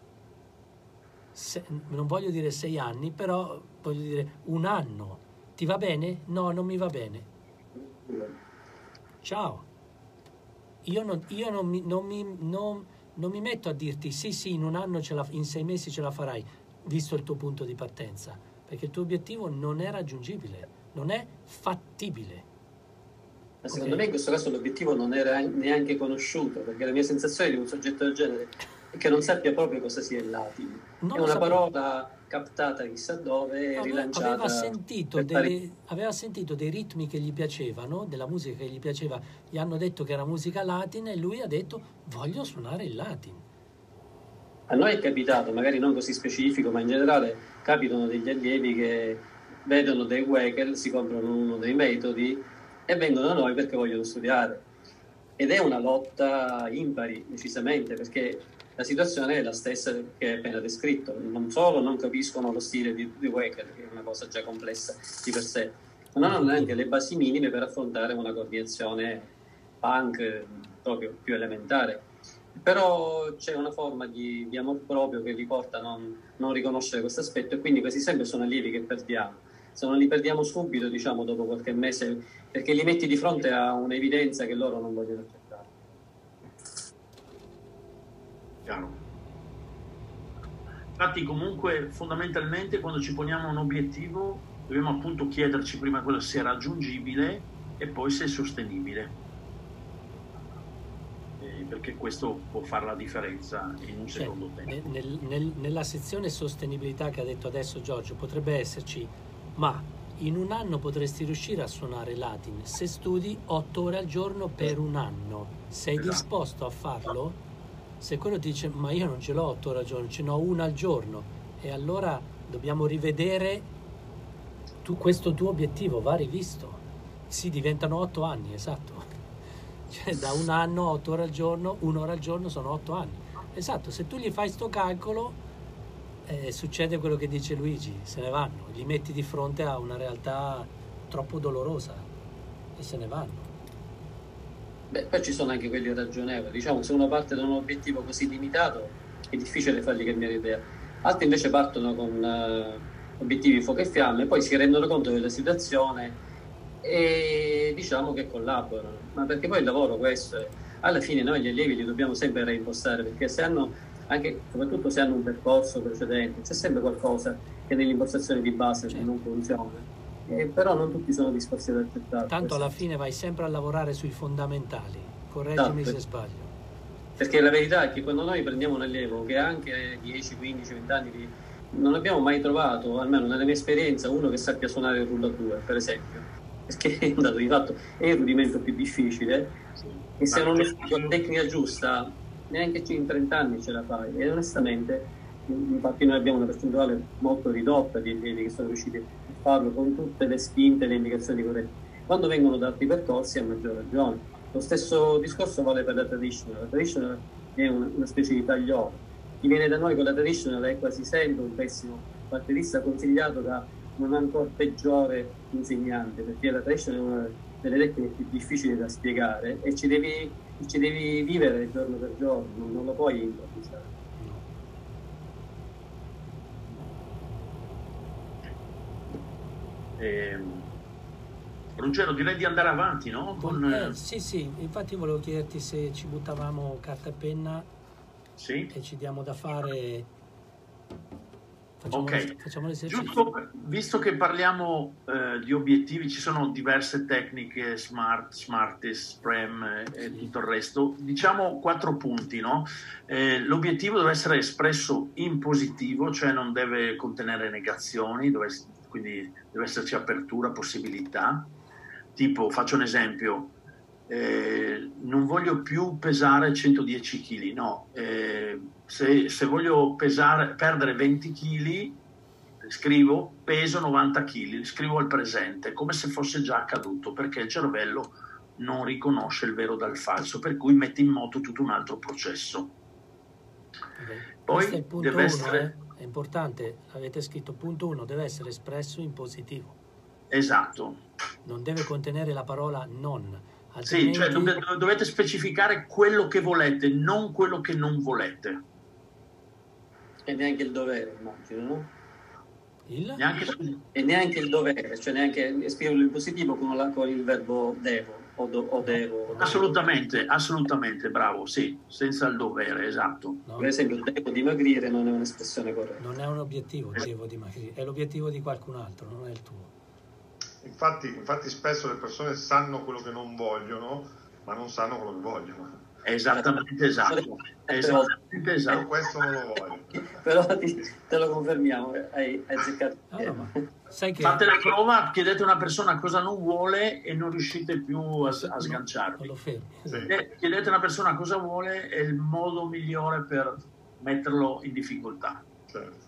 S1: non voglio dire 6 anni, però voglio dire 1 anno. Ti va bene? No, non mi va bene. Ciao. Io non mi metto a dirti sì, in 1 anno in 6 mesi ce la farai, visto il tuo punto di partenza, perché il tuo obiettivo non è raggiungibile, non è fattibile.
S7: Ma secondo me in questo caso l'obiettivo non era neanche conosciuto, perché la mia sensazione di un soggetto del genere è che non sappia proprio cosa sia il Latin. È una parola captata chissà dove, rilanciata.
S1: Aveva sentito dei ritmi che gli piacevano, della musica che gli piaceva, gli hanno detto che era musica latina e lui ha detto: voglio suonare il Latin.
S7: A noi è capitato, magari non così specifico, ma in generale capitano degli allievi che vedono dei Wekel, si comprano uno dei metodi e vengono da noi perché vogliono studiare. Ed è una lotta impari, decisamente, perché la situazione è la stessa che hai appena descritto. Non solo non capiscono lo stile di Wekel, che è una cosa già complessa di per sé, ma non hanno neanche le basi minime per affrontare una coordinazione punk proprio più elementare. Però c'è una forma di amor proprio che li porta a non riconoscere questo aspetto, e quindi quasi sempre sono allievi che perdiamo. Se non li perdiamo subito, diciamo dopo qualche mese, perché li metti di fronte a un'evidenza che loro non vogliono accettare.
S2: Chiaro. Infatti comunque fondamentalmente quando ci poniamo un obiettivo dobbiamo appunto chiederci prima quello se è raggiungibile e poi se è sostenibile. Perché questo può fare la differenza in un secondo tempo.
S1: Nella sezione sostenibilità che ha detto adesso Giorgio potrebbe esserci: ma in 1 anno potresti riuscire a suonare Latin se studi 8 ore al giorno per 1 anno. Sei disposto a farlo? Se quello ti dice: ma io non ce l'ho 8 ore al giorno, ce n'ho 1 al giorno, e allora dobbiamo rivedere questo tuo obiettivo, va rivisto. Sì, diventano 8 anni, esatto. Cioè da 1 anno, 8 ore al giorno, 1 ora al giorno sono 8 anni. Esatto, se tu gli fai sto calcolo, succede quello che dice Luigi, se ne vanno, li metti di fronte a una realtà troppo dolorosa e se ne vanno.
S7: Beh, poi ci sono anche quelli ragionevoli. Diciamo, se uno parte da un obiettivo così limitato è difficile fargli cambiare idea. Altri invece partono con obiettivi fuoco e fiamme, poi si rendono conto della situazione e diciamo che collaborano. Ma perché poi il lavoro questo è. Alla fine noi gli allievi li dobbiamo sempre reimpostare, perché se hanno, anche soprattutto se hanno un percorso precedente, c'è sempre qualcosa che nell'impostazione di base non funziona, però non tutti sono disposti ad accettare.
S1: Tanto alla fine vai sempre a lavorare sui fondamentali, correggimi se sbaglio.
S7: Perché la verità è che quando noi prendiamo un allievo che ha anche 10, 15, 20 anni non abbiamo mai trovato, almeno nella mia esperienza, uno che sappia suonare il rullature, per esempio. perché è un dato di fatto, è il rudimento più difficile, e se non lo fai con la tecnica giusta, neanche in 30 anni ce la fai. E onestamente, infatti noi abbiamo una percentuale molto ridotta di allievi che sono riusciti a farlo con tutte le spinte e le indicazioni corrette. Quando vengono da altri percorsi, a maggior ragione. Lo stesso discorso vale per la traditional. La traditional è una specie di tagliolo. Chi viene da noi con la traditional è quasi sempre un pessimo batterista, consigliato da un ancora peggiore insegnante, perché la traditional è una delle tecniche più difficili da spiegare e ci devi vivere giorno per giorno, non lo puoi improvvisare.
S2: Ruggero, direi di andare avanti, no?
S1: Sì, infatti volevo chiederti se ci buttavamo carta e penna,
S2: sì,
S1: e ci diamo da fare. Facciamo l'esercizio.
S2: Giusto, visto che parliamo di obiettivi, ci sono diverse tecniche, Smartest, Prem e tutto il resto. Diciamo 4 punti, no? L'obiettivo deve essere espresso in positivo, cioè non deve contenere negazioni, quindi deve esserci apertura, possibilità. Tipo, faccio un esempio, non voglio più pesare 110 kg, no. Se voglio perdere 20 kg, scrivo peso 90 kg, scrivo al presente, come se fosse già accaduto, perché il cervello non riconosce il vero dal falso, per cui mette in moto tutto un altro processo. Poi
S1: questo è il punto
S2: deve
S1: 1,
S2: essere...
S1: È importante, avete scritto punto 1, deve essere espresso in positivo.
S2: Esatto.
S1: Non deve contenere la parola non.
S2: Sì, cioè dovete specificare quello che volete, non quello che non volete.
S7: E neanche il dovere, immagino, no?
S2: E
S7: neanche il dovere, cioè neanche esprimerlo in positivo con il verbo devo o devo.
S2: Assolutamente, bravo, sì, senza il dovere, esatto.
S7: No. Per esempio, devo dimagrire non è un'espressione corretta.
S1: Non è un obiettivo, devo dimagrire, è l'obiettivo di qualcun altro, non è il tuo.
S3: Infatti spesso le persone sanno quello che non vogliono, ma non sanno quello che vogliono.
S2: Esattamente esatto.
S3: Io questo non lo voglio.
S7: Però te lo confermiamo, hai azzeccato.
S1: Sai che...
S2: Fate la prova, chiedete a una persona cosa non vuole e non riuscite più a sganciarvi.
S1: Non lo fermi.
S3: Sì.
S2: Chiedete a una persona cosa vuole, è il modo migliore per metterlo in difficoltà.
S3: Certo.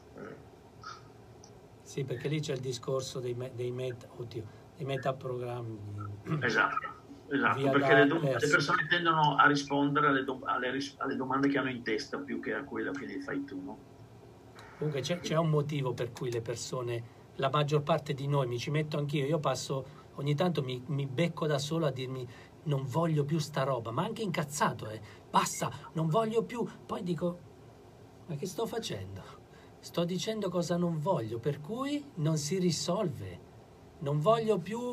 S1: Sì, perché lì c'è il discorso dei metaprogrammi.
S2: Esatto, perché le persone tendono a rispondere alle domande che hanno in testa più che a quella che gli fai tu, no?
S1: Comunque c'è un motivo per cui le persone, la maggior parte di noi, mi ci metto anch'io, io passo, ogni tanto mi becco da solo a dirmi non voglio più sta roba, ma anche incazzato, basta, non voglio più, poi dico, ma che sto facendo? Sto dicendo cosa non voglio, per cui non si risolve. Non voglio più,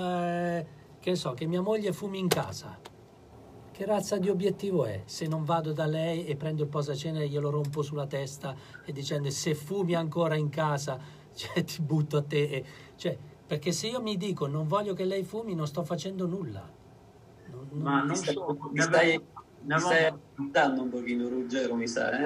S1: che mia moglie fumi in casa. Che razza di obiettivo è? Se non vado da lei e prendo il posacena e glielo rompo sulla testa e dicendo se fumi ancora in casa, cioè, ti butto a te. Perché se io mi dico non voglio che lei fumi, non sto facendo nulla.
S2: Ma non so.
S7: Ti stai archizzando un pochino, Ruggero, mi sa,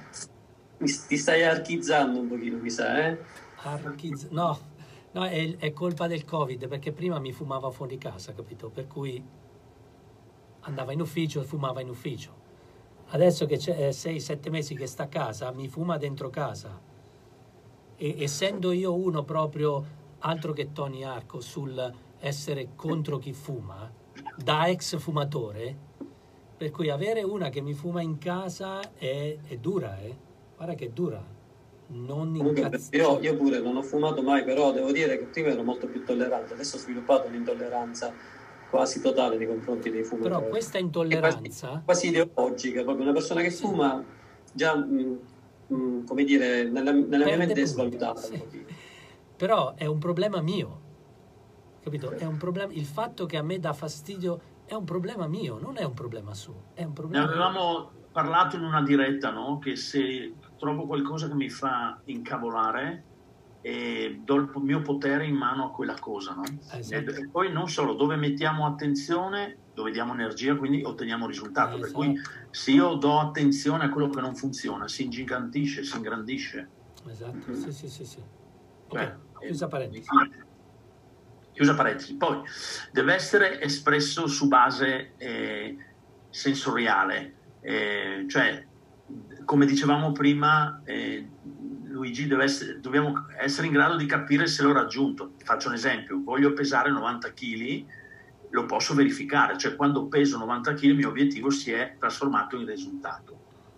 S7: Ti stai archizzando un pochino, mi sa,
S1: No, è colpa del Covid, perché prima mi fumava fuori casa, capito? Per cui andava in ufficio e fumava in ufficio. Adesso che c'è 6-7 mesi che sta a casa, mi fuma dentro casa. E essendo io uno proprio, altro che Tony Arco, sul essere contro chi fuma, da ex fumatore, per cui avere una che mi fuma in casa è dura, Guarda che dura, non
S7: io pure non ho fumato mai, però devo dire che prima ero molto più tollerante, adesso ho sviluppato un'intolleranza quasi totale nei confronti dei fumatori.
S1: Però questa intolleranza...
S7: Quasi ideologica, proprio una persona che fuma già, come dire, nella mia mente è svalutata.
S1: Sì. Però è un problema mio, capito? È un problema, il fatto che a me dà fastidio è un problema mio, non è un problema suo, è un problema
S2: Ne avevamo parlato in una diretta, no? Che se trovo qualcosa che mi fa incavolare e do il mio potere in mano a quella cosa, no?
S1: Esatto.
S2: E poi non solo, dove mettiamo attenzione, dove diamo energia, quindi otteniamo risultato.
S1: Esatto.
S2: Per cui se io do attenzione a quello che non funziona, si ingigantisce, si ingrandisce.
S1: Esatto, sì. Ok, chiusa parentesi.
S2: chiusa parentesi. Poi deve essere espresso su base sensoriale, cioè come dicevamo prima, Luigi, dobbiamo essere in grado di capire se l'ho raggiunto. Faccio un esempio: voglio pesare 90 kg, lo posso verificare, cioè quando peso 90 kg il mio obiettivo si è trasformato in risultato.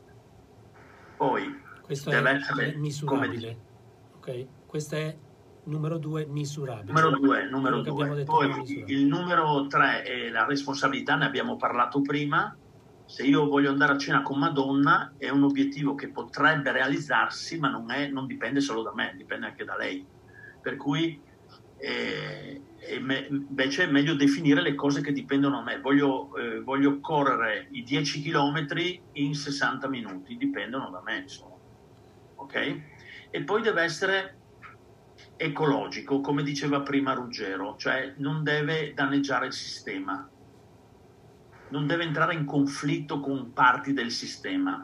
S2: Poi
S1: questo
S2: deve
S1: è
S2: essere
S1: misurabile, ok? Questo è numero 2, misurabile.
S2: Numero due. Poi il numero 3 è la responsabilità, ne abbiamo parlato prima. Se io voglio andare a cena con Madonna è un obiettivo che potrebbe realizzarsi, ma non dipende solo da me, dipende anche da lei. Per cui invece è meglio definire le cose che dipendono da me. Voglio correre i 10 km in 60 minuti, dipendono da me, insomma. Ok? E poi deve essere ecologico, come diceva prima Ruggero, cioè non deve danneggiare il sistema, non deve entrare in conflitto con parti del sistema.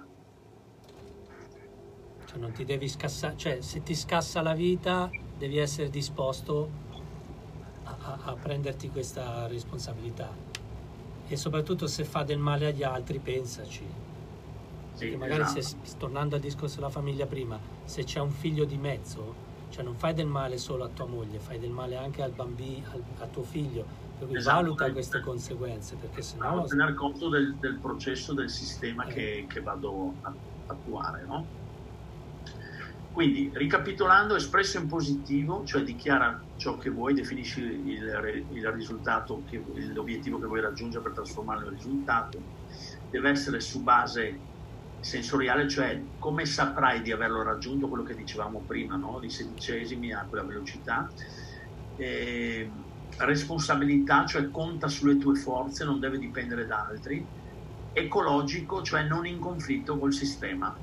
S1: Cioè non ti devi scassare, cioè se ti scassa la vita devi essere disposto a prenderti questa responsabilità, e soprattutto se fa del male agli altri pensaci, perché
S2: Sì,
S1: magari
S2: esatto.
S1: tornando al discorso della famiglia prima, se c'è un figlio di mezzo, cioè non fai del male solo a tua moglie, fai del male anche al bambino, a tuo figlio, per cui
S2: Esatto.
S1: valuta queste conseguenze, perché sennò
S2: Devo tener conto del processo del sistema che vado a attuare, no? Quindi, ricapitolando, espresso in positivo, cioè dichiara ciò che vuoi, definisci il risultato, l'obiettivo che vuoi raggiungere per trasformarlo in risultato. Deve essere su base sensoriale, cioè come saprai di averlo raggiunto, quello che dicevamo prima, no? Di sedicesimi a quella velocità. Responsabilità, cioè conta sulle tue forze, non deve dipendere da altri. Ecologico, cioè non in conflitto col sistema.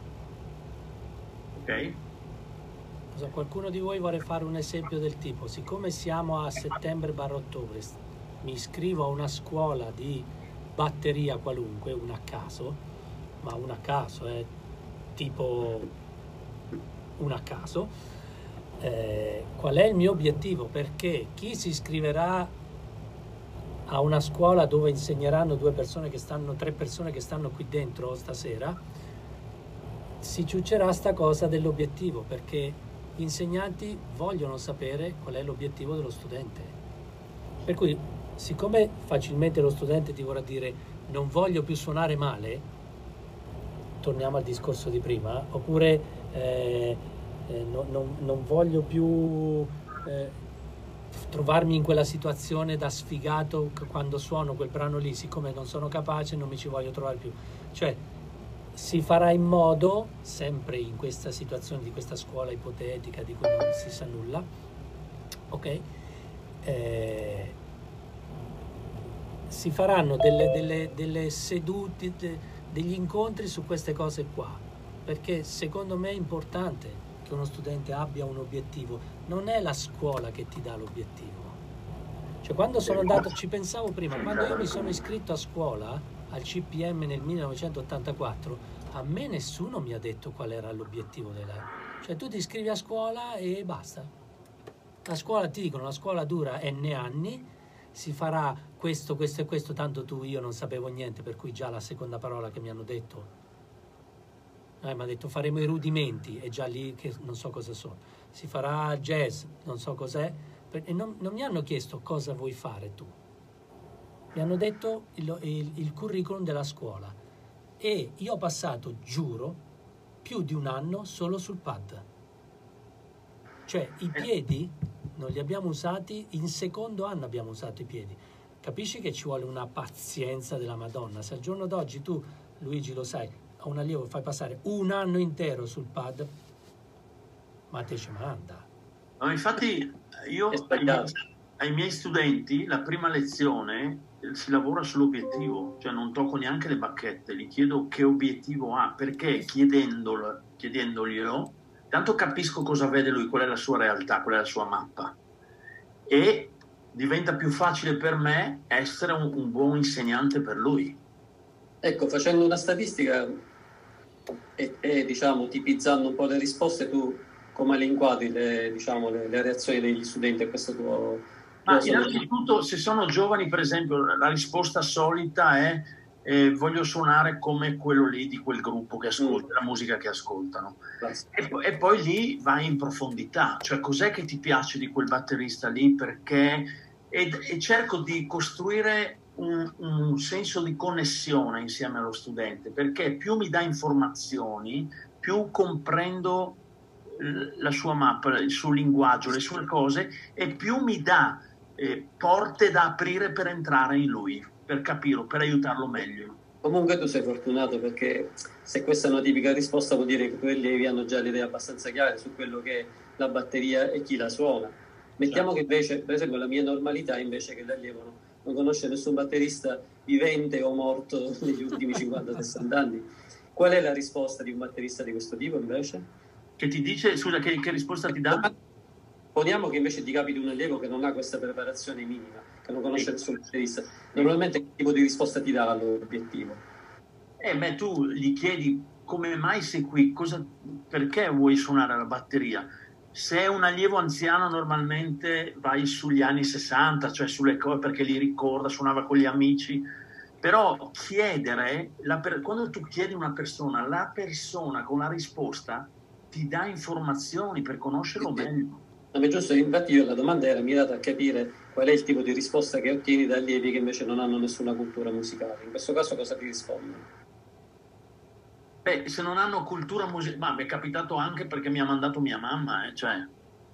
S2: Ok?
S1: Qualcuno di voi vuole fare un esempio del tipo: siccome siamo a settembre/ottobre, mi iscrivo a una scuola di batteria qualunque, una a caso, ma una a caso, tipo una a caso, qual è il mio obiettivo? Perché chi si iscriverà a una scuola dove insegneranno 3 persone che stanno qui dentro stasera, si ciuccerà sta cosa dell'obiettivo, perché gli insegnanti vogliono sapere qual è l'obiettivo dello studente. Per cui, siccome facilmente lo studente ti vorrà dire non voglio più suonare male, torniamo al discorso di prima, oppure non voglio più trovarmi in quella situazione da sfigato quando suono quel brano lì, siccome non sono capace non mi ci voglio trovare più. Cioè si farà in modo, sempre in questa situazione di questa scuola ipotetica di cui non si sa nulla, ok? Si faranno delle sedute, degli incontri su queste cose qua, perché secondo me è importante che uno studente abbia un obiettivo. Non è la scuola che ti dà l'obiettivo. Cioè quando sono andato, ci pensavo prima, quando io mi sono iscritto a scuola al CPM nel 1984, a me nessuno mi ha detto qual era l'obiettivo cioè tu ti iscrivi a scuola e basta. La scuola, ti dicono, la scuola dura N anni, si farà questo, questo e questo, tanto io non sapevo niente, per cui già la seconda parola che mi hanno detto, mi ha detto faremo i rudimenti, e già lì che non so cosa sono. Si farà jazz, non so cos'è, e non mi hanno chiesto cosa vuoi fare tu. Mi hanno detto il curriculum della scuola, e io ho passato, giuro, più di un anno solo sul pad. Cioè i piedi non li abbiamo usati, in secondo anno abbiamo usato i piedi. Capisci che ci vuole una pazienza della Madonna. Se al giorno d'oggi tu, Luigi, lo sai, a un allievo fai passare un anno intero sul pad, ma te ci manda.
S2: No, infatti io ai miei studenti la prima lezione si lavora sull'obiettivo, cioè non tocco neanche le bacchette, gli chiedo che obiettivo ha, perché chiedendoglielo tanto capisco cosa vede lui, qual è la sua realtà, qual è la sua mappa, e diventa più facile per me essere un buon insegnante per lui.
S7: Ecco, facendo una statistica e diciamo tipizzando un po' le risposte, tu come le inquadri le reazioni degli studenti a questo tuo
S2: Ma innanzitutto, se sono giovani, per esempio, la risposta solita è voglio suonare come quello lì di quel gruppo che ascolta, la musica che ascoltano. E poi lì vai in profondità, cioè cos'è che ti piace di quel batterista lì, perché... E cerco di costruire un senso di connessione insieme allo studente, perché più mi dà informazioni, più comprendo la sua mappa, il suo linguaggio, le sue cose, e più mi dà porte da aprire per entrare in lui, per capirlo, per aiutarlo meglio.
S7: Comunque tu sei fortunato, perché se questa è una tipica risposta vuol dire che i tuoi allievi hanno già le idee abbastanza chiare su quello che è la batteria e chi la suona. Mettiamo che invece, per esempio, la mia normalità invece che l'allievo non conosce nessun batterista vivente o morto negli ultimi 50-60 anni. Qual è la risposta di un batterista di questo tipo invece?
S2: Che ti dice, scusa, che risposta ti dà?
S7: Poniamo che invece ti capiti un allievo che non ha questa preparazione minima, che non conosce nessun batterista. Normalmente che tipo di risposta ti dà all'obiettivo?
S2: Tu gli chiedi come mai sei qui, perché vuoi suonare la batteria? Se è un allievo anziano normalmente vai sugli anni 60, cioè sulle cose perché li ricorda, suonava con gli amici, però chiedere, quando tu chiedi a una persona, la persona con la risposta ti dà informazioni per conoscerlo meglio.
S7: No, giusto, infatti io la domanda era mirata a capire qual è il tipo di risposta che ottieni da allievi che invece non hanno nessuna cultura musicale. In questo caso cosa ti rispondono?
S2: Se non hanno cultura musicale, ma mi è capitato anche perché mi ha mandato mia mamma, cioè.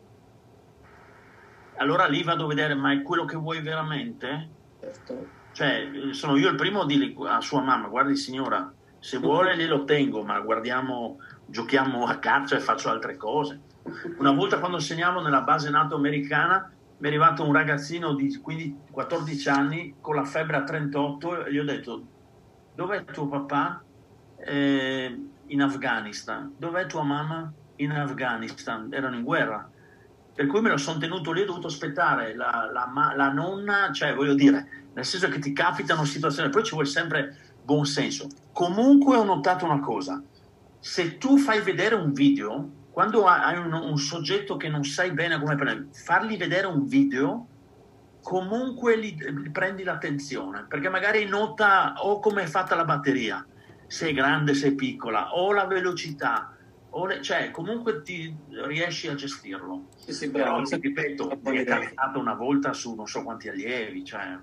S2: Allora lì vado a vedere, ma è quello che vuoi veramente?
S7: Certo.
S2: Cioè, sono io il primo a dire a sua mamma, guardi signora, se vuole glielo tengo, ma giochiamo a caccia e faccio altre cose. Una volta quando insegnavo nella base NATO americana, mi è arrivato un ragazzino di 14 anni con la febbre a 38 e gli ho detto, dov'è tuo papà? In Afghanistan. Dov'è tua mamma? In Afghanistan. Erano in guerra, per cui me lo sono tenuto lì, ho dovuto aspettare la nonna, cioè voglio dire, nel senso che ti capitano situazioni, poi ci vuole sempre buon senso. Comunque ho notato una cosa, se tu fai vedere un video, quando hai un soggetto che non sai bene come prendere, fargli vedere un video, comunque gli prendi l'attenzione, perché magari nota o come è fatta la batteria, se è grande, se è piccola, o la velocità, cioè comunque ti riesci a gestirlo.
S7: Sì,
S2: però ti ripeto, mi è capitato una volta su non so quanti allievi, cioè.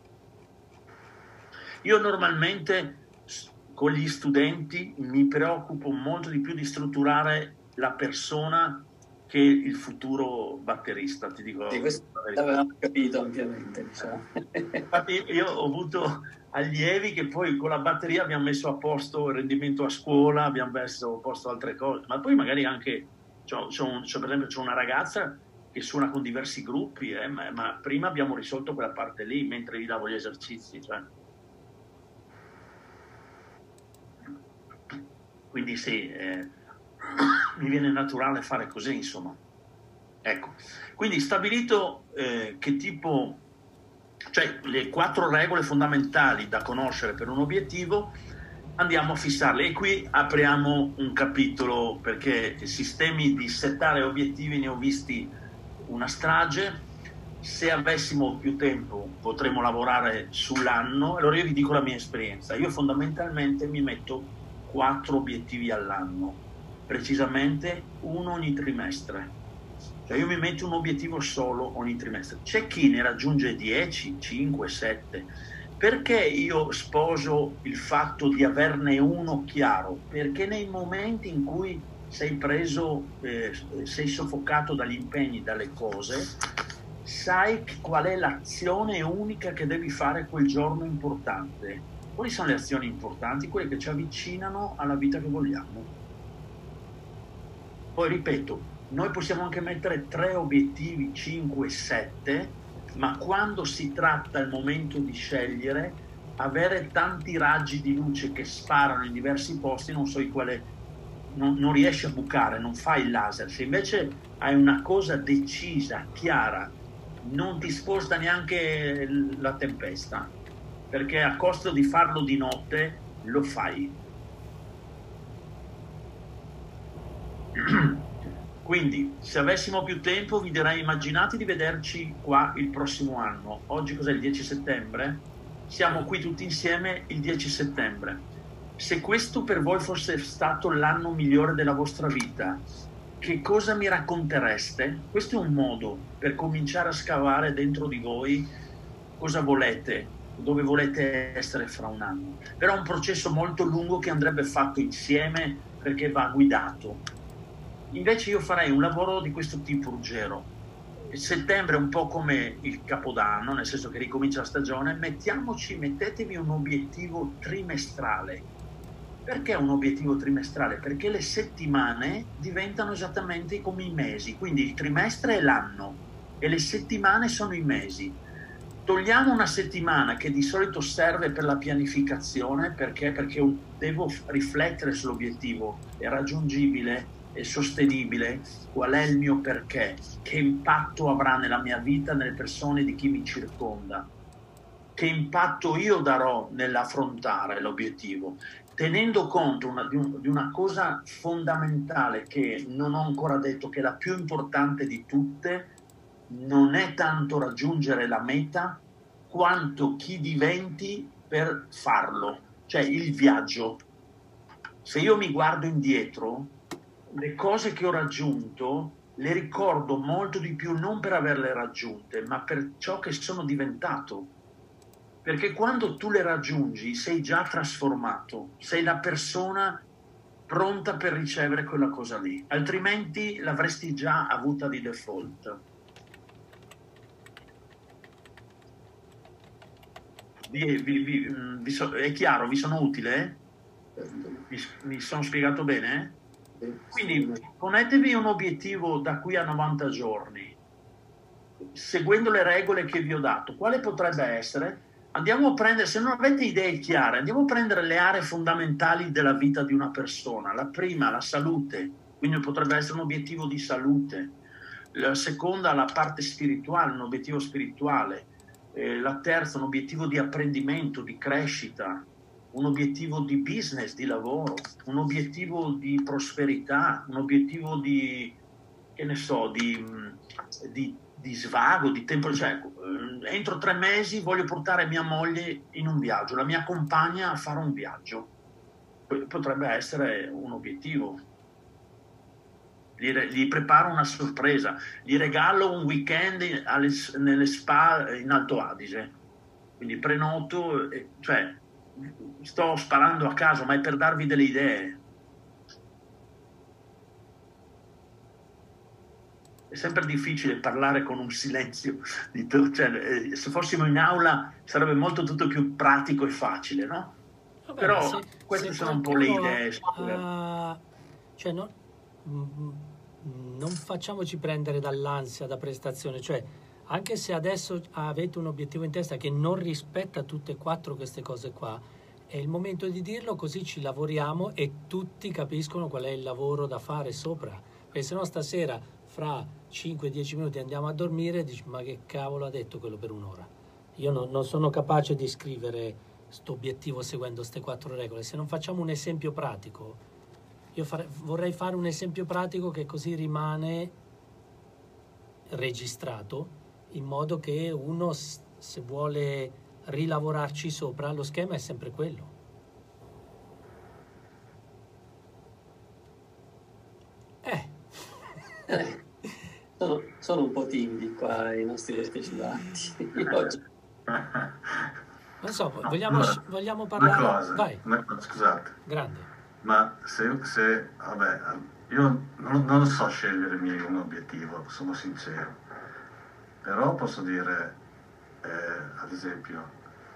S2: Io normalmente con gli studenti mi preoccupo molto di più di strutturare la persona che il futuro batterista, ti dico.
S7: Sì, questo l'avevamo capito ovviamente, diciamo.
S2: Infatti io ho avuto allievi che poi con la batteria abbiamo messo a posto il rendimento a scuola, abbiamo messo a posto altre cose, ma poi magari anche, per esempio c'è una ragazza che suona con diversi gruppi, ma prima abbiamo risolto quella parte lì mentre gli davo gli esercizi, cioè. Quindi sì, mi viene naturale fare così, insomma. Ecco, quindi stabilito che tipo, cioè le 4 regole fondamentali da conoscere per un obiettivo, andiamo a fissarle. E qui apriamo un capitolo, perché sistemi di settare obiettivi ne ho visti una strage. Se avessimo più tempo potremmo lavorare sull'anno. Allora io vi dico la mia esperienza. Io fondamentalmente mi metto 4 obiettivi all'anno, precisamente uno ogni trimestre. Cioè io mi metto un obiettivo solo ogni trimestre. C'è chi ne raggiunge 10, 5, 7. Perché io sposo il fatto di averne uno chiaro? Perché nei momenti in cui sei preso, sei soffocato dagli impegni, dalle cose, sai qual è l'azione unica che devi fare quel giorno importante. Quali sono le azioni importanti? Quelle che ci avvicinano alla vita che vogliamo. Poi ripeto, noi possiamo anche mettere 3 obiettivi, 5, 7, ma quando si tratta il momento di scegliere, avere tanti raggi di luce che sparano in diversi posti, non so quale, non riesci a bucare, non fai il laser. Se invece hai una cosa decisa, chiara, non ti sposta neanche la tempesta, perché a costo di farlo di notte lo fai. Quindi, se avessimo più tempo, vi direi immaginate di vederci qua il prossimo anno. Oggi cos'è, il 10 settembre? Siamo qui tutti insieme il 10 settembre. Se questo per voi fosse stato l'anno migliore della vostra vita, che cosa mi raccontereste? Questo è un modo per cominciare a scavare dentro di voi cosa volete, dove volete essere fra un anno. Però è un processo molto lungo che andrebbe fatto insieme perché va guidato. Invece io farei un lavoro di questo tipo, Ruggero. Il settembre è un po' come il Capodanno, nel senso che ricomincia la stagione. Mettetevi un obiettivo trimestrale. Perché un obiettivo trimestrale? Perché le settimane diventano esattamente come i mesi. Quindi il trimestre è l'anno e le settimane sono i mesi. Togliamo una settimana che di solito serve per la pianificazione, perché devo riflettere sull'obiettivo, è raggiungibile, è sostenibile, qual è il mio perché, che impatto avrà nella mia vita, nelle persone di chi mi circonda, che impatto io darò nell'affrontare l'obiettivo, tenendo conto di una cosa fondamentale che non ho ancora detto, che è la più importante di tutte. Non è tanto raggiungere la meta quanto chi diventi per farlo, cioè il viaggio. Se io mi guardo indietro, le cose che ho raggiunto le ricordo molto di più non per averle raggiunte, ma per ciò che sono diventato. Perché quando tu le raggiungi sei già trasformato, sei la persona pronta per ricevere quella cosa lì, altrimenti l'avresti già avuta di default. È chiaro? Vi sono utile? Mi sono spiegato bene? Quindi ponetevi un obiettivo da qui a 90 giorni, seguendo le regole che vi ho dato. Quale potrebbe essere? Andiamo a prendere, se non avete idee chiare, andiamo a prendere le aree fondamentali della vita di una persona. La prima, la salute, quindi potrebbe essere un obiettivo di salute. La seconda, la parte spirituale, un obiettivo spirituale. La terza, un obiettivo di apprendimento, di crescita, un obiettivo di business, di lavoro, un obiettivo di prosperità, un obiettivo di, che ne so, di svago, di tempo. Cioè, entro 3 mesi voglio portare mia moglie in un viaggio, la mia compagna a fare un viaggio. Potrebbe essere un obiettivo. Gli preparo una sorpresa, gli regalo un weekend nelle spa in Alto Adige, quindi prenoto, cioè sto sparando a caso, ma è per darvi delle idee. È sempre difficile parlare con un silenzio cioè, se fossimo in aula sarebbe molto tutto più pratico e facile, no? Vabbè, però queste sono un po' le idee.
S1: Cioè non facciamoci prendere dall'ansia da prestazione, cioè anche se adesso avete un obiettivo in testa che non rispetta tutte e 4 queste cose qua, è il momento di dirlo, così ci lavoriamo e tutti capiscono qual è il lavoro da fare sopra, perché se no stasera fra 5-10 minuti andiamo a dormire e dici ma che cavolo ha detto quello per un'ora. Io non sono capace di scrivere sto obiettivo seguendo queste 4 regole. Se non facciamo un esempio pratico, vorrei fare un esempio pratico che così rimane registrato, in modo che uno, se vuole rilavorarci sopra, lo schema è sempre quello.
S7: Sono un po' timidi qua i nostri partecipanti oggi.
S1: Non so, vogliamo parlare? Vai.
S6: Scusate.
S1: Grande.
S6: Ma se vabbè, io non so scegliermi un obiettivo, sono sincero, però posso dire, ad esempio,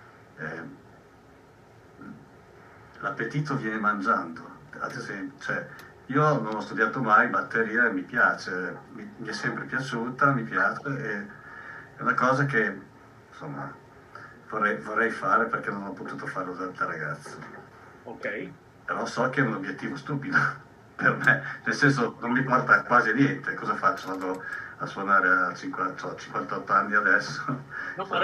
S6: l'appetito viene mangiando, ad esempio, cioè, io non ho studiato mai batteria e mi piace, mi è sempre piaciuta, mi piace, e è una cosa che, insomma, vorrei fare perché non ho potuto farlo da ragazzo.
S2: Ok.
S6: Però so che è un obiettivo stupido per me, nel senso non mi porta quasi a niente. Cosa faccio? Vado a suonare a 58 anni adesso.
S2: No, ma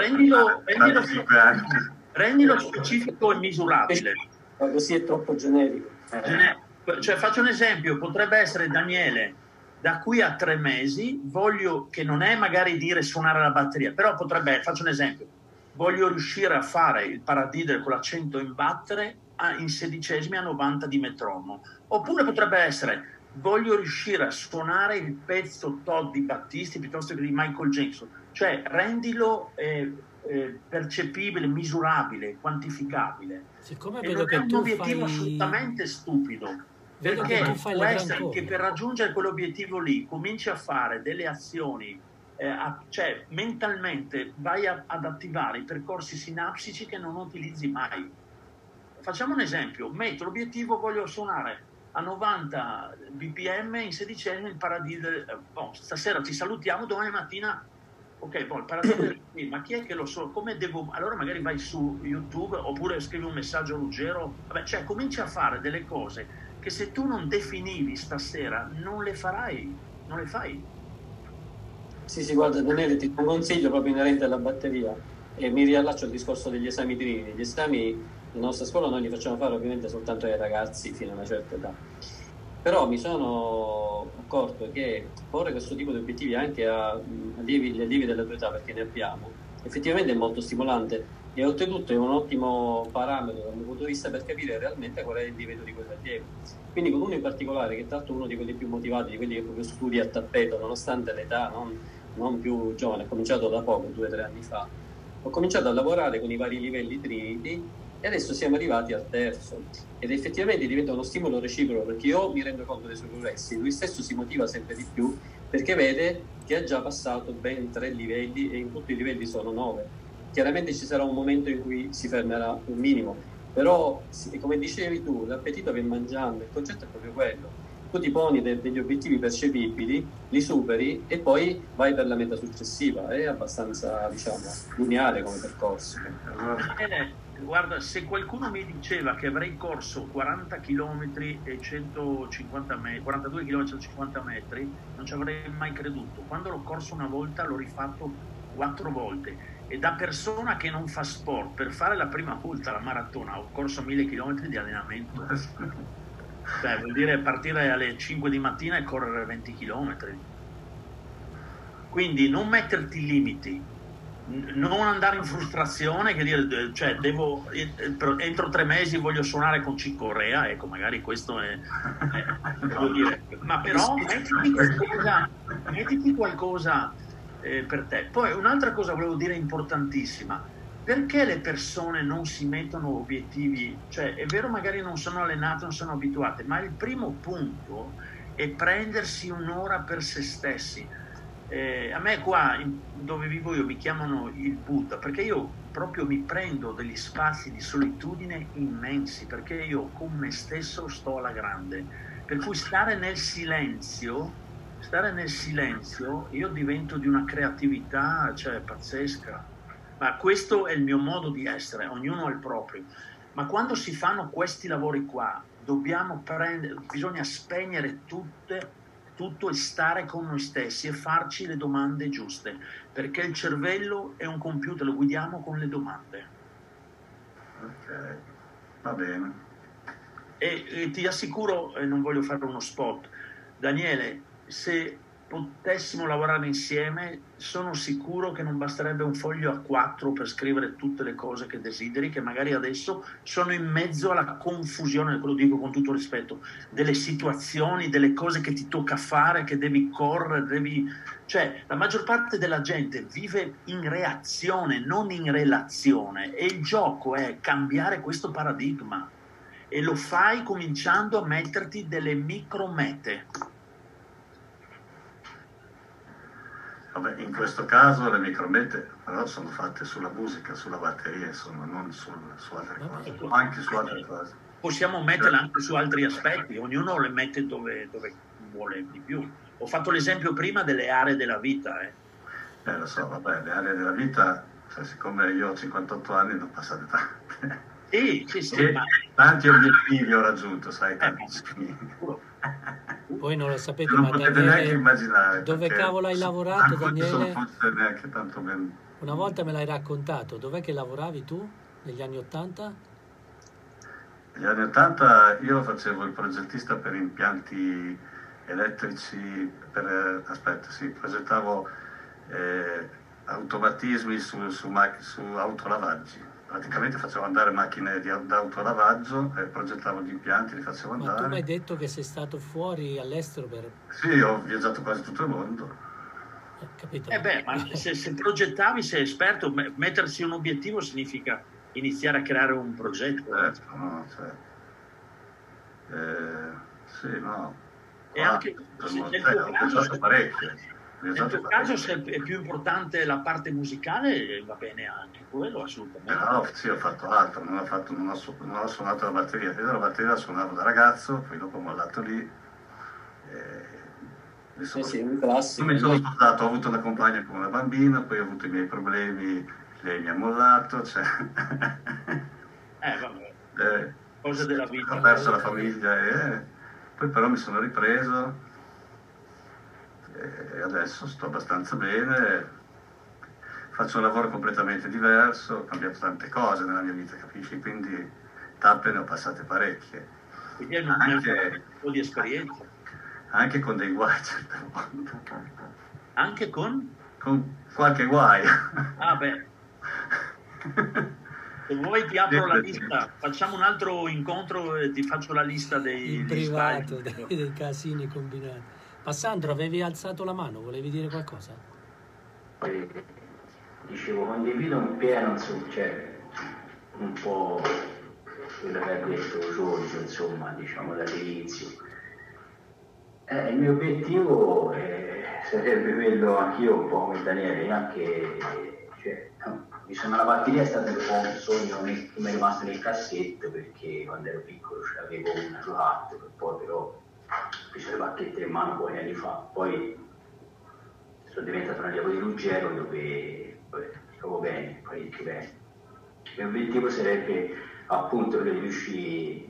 S2: rendilo specifico e misurabile.
S7: Ma così è troppo generico.
S2: Cioè, faccio un esempio, potrebbe essere Daniele da qui a 3 mesi voglio, che non è magari dire suonare la batteria, però potrebbe, faccio un esempio, voglio riuscire a fare il paradiddle con l'accento in battere in 16esimi a 90 di metronomo. Oppure potrebbe essere, voglio riuscire a suonare il pezzo Todd di Battisti piuttosto che di Michael Jackson. Cioè, rendilo percepibile, misurabile, quantificabile.
S1: Siccome
S2: E
S1: vedo
S2: non è
S1: che
S2: un
S1: tu
S2: obiettivo
S1: fai...
S2: assolutamente stupido.
S1: Vedo che
S2: Perché
S1: tu fai
S2: può
S1: le
S2: essere
S1: gran
S2: che
S1: corna.
S2: per raggiungere quell'obiettivo lì cominci a fare delle azioni, cioè mentalmente vai ad attivare i percorsi sinapsici che non utilizzi mai. Facciamo un esempio, metto l'obiettivo, voglio suonare a 90 bpm in 16esimi il paradiddle, stasera ci salutiamo, domani mattina ok, poi il paradiddle, ma chi è che lo so, come devo, allora magari vai su YouTube oppure scrivi un messaggio a Ruggero, vabbè, cioè cominci a fare delle cose che se tu non definivi stasera non le farai, non le fai.
S7: Sì, guarda Daniele, ti do un consiglio proprio inerente alla batteria e mi riallaccio al discorso degli esami triniti. Gli esami nella nostra scuola noi li facciamo fare ovviamente soltanto ai ragazzi fino a una certa età, però mi sono accorto che porre questo tipo di obiettivi anche agli allievi della tua età, perché ne abbiamo, effettivamente è molto stimolante e oltretutto è un ottimo parametro dal mio punto di vista per capire realmente qual è il livello di quell'allievo. Quindi con uno in particolare, che è tanto uno di quelli più motivati, di quelli che proprio studia a tappeto nonostante l'età non più giovane, ho cominciato da poco, 2 o 3 anni fa, ho cominciato a lavorare con i vari livelli Trinity e adesso siamo arrivati al terzo ed effettivamente diventa uno stimolo reciproco, perché io mi rendo conto dei suoi progressi, lui stesso si motiva sempre di più perché vede che ha già passato ben 3 livelli e in tutti i livelli sono 9. Chiaramente ci sarà un momento in cui si fermerà un minimo, però come dicevi tu, l'appetito viene mangiando, il concetto è proprio quello. Tu ti poni degli obiettivi percepibili, li superi e poi vai per la meta successiva. È abbastanza, diciamo, lineare come percorso.
S2: Guarda, se qualcuno mi diceva che avrei corso 40 km e 150 metri, 42 km e 150 metri, non ci avrei mai creduto. Quando l'ho corso una volta l'ho rifatto 4 volte. E da persona che non fa sport, per fare la prima volta la maratona, ho corso 1000 km di allenamento. Cioè, vuol dire partire alle 5 di mattina e correre 20 km. Quindi non metterti limiti, non andare in frustrazione, che dire, cioè entro 3 mesi voglio suonare con Chico Corea, ecco, magari questo è devo dire, ma però mettiti qualcosa per te. Poi un'altra cosa volevo dire importantissima. Perché le persone non si mettono obiettivi? Cioè, è vero, magari non sono allenate, non sono abituate, ma il primo punto è prendersi un'ora per se stessi. A me qua, dove vivo io, mi chiamano il Buddha, perché io proprio mi prendo degli spazi di solitudine immensi, perché io con me stesso sto alla grande. Per cui stare nel silenzio, io divento di una creatività, cioè, pazzesca. Ma questo è il mio modo di essere, ognuno ha il proprio. Ma quando si fanno questi lavori qua, bisogna spegnere tutto e stare con noi stessi e farci le domande giuste, perché il cervello è un computer, lo guidiamo con le domande.
S6: Ok, va bene.
S2: E ti assicuro, non voglio fare uno spot, Daniele, se potessimo lavorare insieme, sono sicuro che non basterebbe un foglio A4 per scrivere tutte le cose che desideri, che magari adesso sono in mezzo alla confusione, lo dico con tutto rispetto, delle situazioni, delle cose che ti tocca fare, che devi correre, cioè la maggior parte della gente vive in reazione, non in relazione, e il gioco è cambiare questo paradigma e lo fai cominciando a metterti delle micromete.
S6: Vabbè, in questo caso le micromete però sono fatte sulla musica, sulla batteria, insomma, non su altre cose, anche su altre cose.
S2: Possiamo metterle anche su altri aspetti, ognuno le mette dove vuole di più. Ho fatto l'esempio prima delle aree della vita.
S6: Lo so, vabbè, le aree della vita, siccome io ho 58 anni, ne ho passate tante.
S2: Sì, ma...
S6: Tanti obiettivi ho raggiunto, sai, tantissimi.
S1: Voi non lo sapete,
S6: non
S1: ma
S6: potete
S1: Daniele,
S6: neanche immaginare.
S1: Dove cavolo hai lavorato, Daniele?
S6: Non fosse neanche tanto ben...
S1: Una volta me l'hai raccontato, dov'è che lavoravi tu, negli anni 80?
S6: Negli anni 80 io facevo il progettista per impianti progettavo automatismi su autolavaggi. Praticamente facevo andare macchine da autolavaggio e progettavo gli impianti, li facevo andare.
S1: Ma tu mi hai detto che sei stato fuori all'estero per...
S6: Sì, ho viaggiato quasi tutto il mondo.
S1: Capito?
S2: Ma se progettavi, sei esperto, mettersi un obiettivo significa iniziare a creare un progetto.
S6: Certo, no, certo. Sì, no.
S2: E anche nel tuo caso, se è più importante la parte musicale, va bene anche quello, assolutamente.
S6: No, sì, ho fatto altro, non ho suonato la batteria. Io la batteria la suonavo da ragazzo, poi dopo ho mollato lì.
S7: Sì, un classico.
S6: Mi sono sposato, ho avuto una compagna con una bambina, poi ho avuto i miei problemi, lei mi ha mollato, cioè...
S2: vabbè, cose della vita.
S6: Ho perso la famiglia e poi però mi sono ripreso e adesso sto abbastanza bene, faccio un lavoro completamente diverso, ho cambiato tante cose nella mia vita, capisci? Quindi tappe ne ho passate parecchie.
S2: Quindi hai un po' di esperienza.
S6: Anche con dei guai certe volte.
S2: Anche con?
S6: Con qualche guai.
S2: Se vuoi ti apro la lista, facciamo un altro incontro e ti faccio la lista
S1: in privato dei casini combinati. Ma Sandro, avevi alzato la mano, volevi dire qualcosa?
S5: Dicevo, condivido in pieno, cioè, un po' quello che ha detto Giorgio, insomma, diciamo dall'inizio. Il mio obiettivo sarebbe quello, anch'io un po' come Daniele, anche, cioè, la batteria è stato un po' un sogno che mi è rimasto nel cassetto, perché quando ero piccolo ce l'avevo una giocattolo, e poi però fece le bacchette in mano pochi anni fa, poi sono diventato un allievo di Ruggero dove trovo bene, parecchio bene. Il mio obiettivo sarebbe appunto quello di riuscire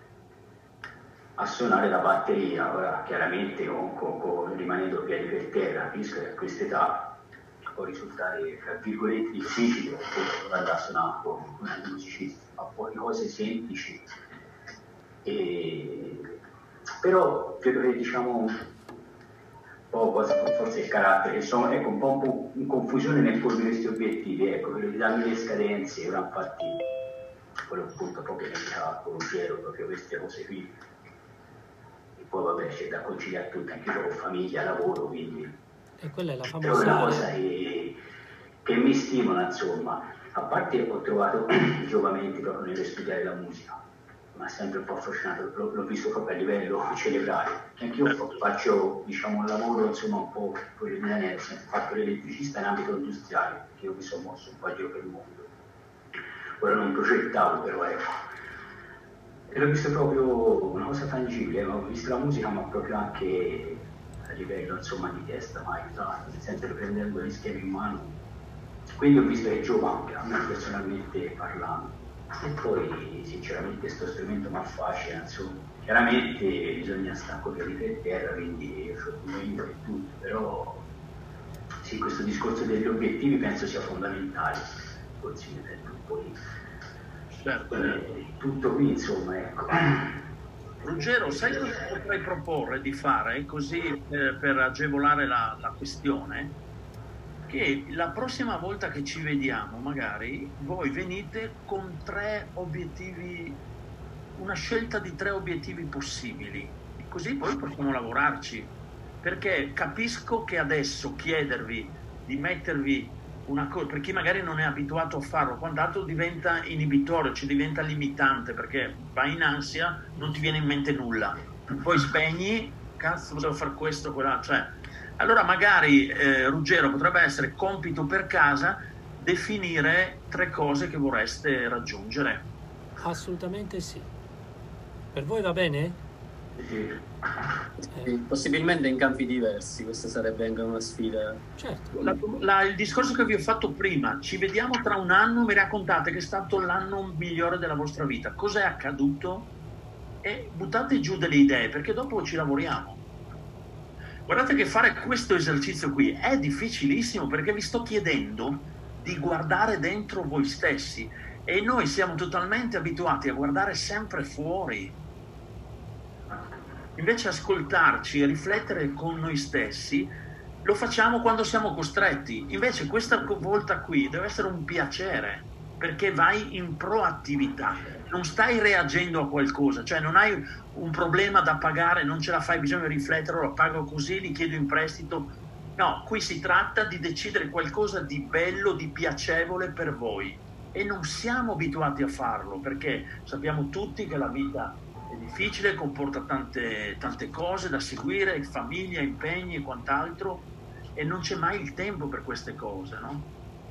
S5: a suonare la batteria. Ora chiaramente rimanendo piedi per terra, capisco che a quest'età può risultare tra virgolette difficile andare a suonare con un musicista, ma poi cose semplici, però credo che diciamo un po' forse il carattere, che sono un po' in confusione nel porre questi obiettivi, quello di darmi le scadenze. Ora infatti quello appunto proprio nel calcolo, proprio queste cose qui. Poi vabbè c'è da conciliare tutto, anche io con famiglia, lavoro, quindi
S1: e quella è la
S5: è
S1: famosa
S5: una cosa che mi stimola, insomma. A parte ho trovato giovamenti proprio nello studiare la musica, ma sempre un po' affascinato, l'ho visto proprio a livello cerebrale. Anche io faccio diciamo un lavoro, insomma, un po' quello di Daniele, ho fatto l'elettricista in ambito industriale, perché io mi sono mosso un po' a giro per il mondo. Ora non progettavo, però ecco. E l'ho visto proprio una cosa tangibile, ho visto la musica ma proprio anche a livello insomma di testa, ma aiutato, sempre prendendo gli schemi in mano. Quindi ho visto che gioca anche a me personalmente parlando. E poi sinceramente questo strumento mi affascina, insomma. Chiaramente bisogna stare con piedi per terra, quindi ho il e tutto, però sì, questo discorso degli obiettivi penso sia fondamentale, forse mi metto un po' lì.
S2: Certo.
S5: Tutto qui, insomma, ecco.
S2: Ruggero, sai cosa potrei proporre di fare così per agevolare la questione? Che la prossima volta che ci vediamo, magari voi venite con 3 obiettivi, una scelta di 3 obiettivi possibili, così poi possiamo lavorarci. Perché capisco che adesso chiedervi di mettervi una cosa, per chi magari non è abituato a farlo, quant'altro diventa inibitorio, ci diventa limitante, perché vai in ansia, non ti viene in mente nulla, poi spegni, cazzo devo fare questo, quella, cioè. Allora magari Ruggero potrebbe essere compito per casa definire 3 cose che vorreste raggiungere.
S1: Assolutamente sì. Per voi va bene?
S7: Possibilmente in campi diversi, questa sarebbe anche una sfida.
S1: Certo.
S2: Il discorso che vi ho fatto prima, ci vediamo tra un anno, mi raccontate che è stato l'anno migliore della vostra vita, cos'è accaduto? E buttate giù delle idee, perché dopo ci lavoriamo. Guardate che fare questo esercizio qui è difficilissimo, perché vi sto chiedendo di guardare dentro voi stessi e noi siamo totalmente abituati a guardare sempre fuori. invece ascoltarci e riflettere con noi stessi lo facciamo quando siamo costretti. Invece questa volta qui deve essere un piacere, perché vai in proattività, non stai reagendo a qualcosa, cioè non hai un problema da pagare, non ce la fai, bisogna riflettere, lo pago così, li chiedo in prestito. No, qui si tratta di decidere qualcosa di bello, di piacevole per voi, e non siamo abituati a farlo, perché sappiamo tutti che la vita è difficile, comporta tante cose da seguire, famiglia, impegni e quant'altro, e non c'è mai il tempo per queste cose, no?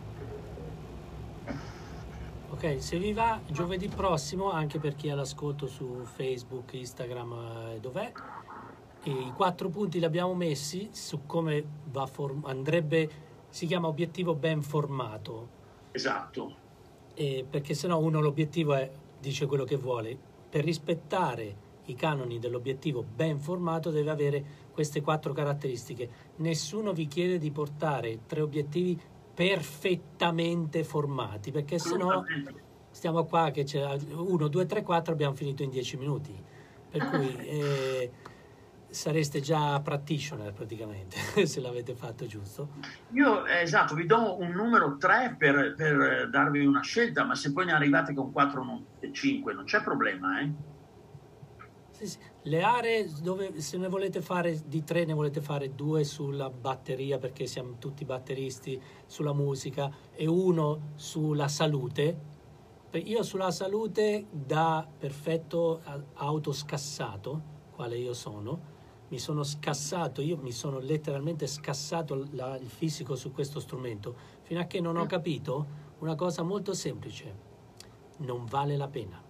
S1: Ok, se vi va, giovedì prossimo, anche per chi ha l'ascolto su Facebook, Instagram, dov'è? E i 4 punti li abbiamo messi su come andrebbe, si chiama obiettivo ben formato.
S2: Esatto.
S1: Perché sennò uno l'obiettivo dice quello che vuole. Per rispettare i canoni dell'obiettivo ben formato deve avere queste 4 caratteristiche. Nessuno vi chiede di portare 3 obiettivi perfettamente formati, perché sennò stiamo qua che c'è 1, 2, 3, 4, abbiamo finito in 10 minuti. Per cui sareste già practitioner praticamente se l'avete fatto giusto.
S2: Io esatto, vi do un numero 3 per darvi una scelta, ma se poi ne arrivate con 4 e 5 non c'è problema,
S1: Sì. Le aree dove, se ne volete fare di 3, ne volete fare 2 sulla batteria, perché siamo tutti batteristi, sulla musica, e 1 sulla salute. Io sulla salute, da perfetto autoscassato, quale io sono, mi sono scassato, io mi sono letteralmente scassato il fisico su questo strumento, fino a che non ho capito una cosa molto semplice: non vale la pena.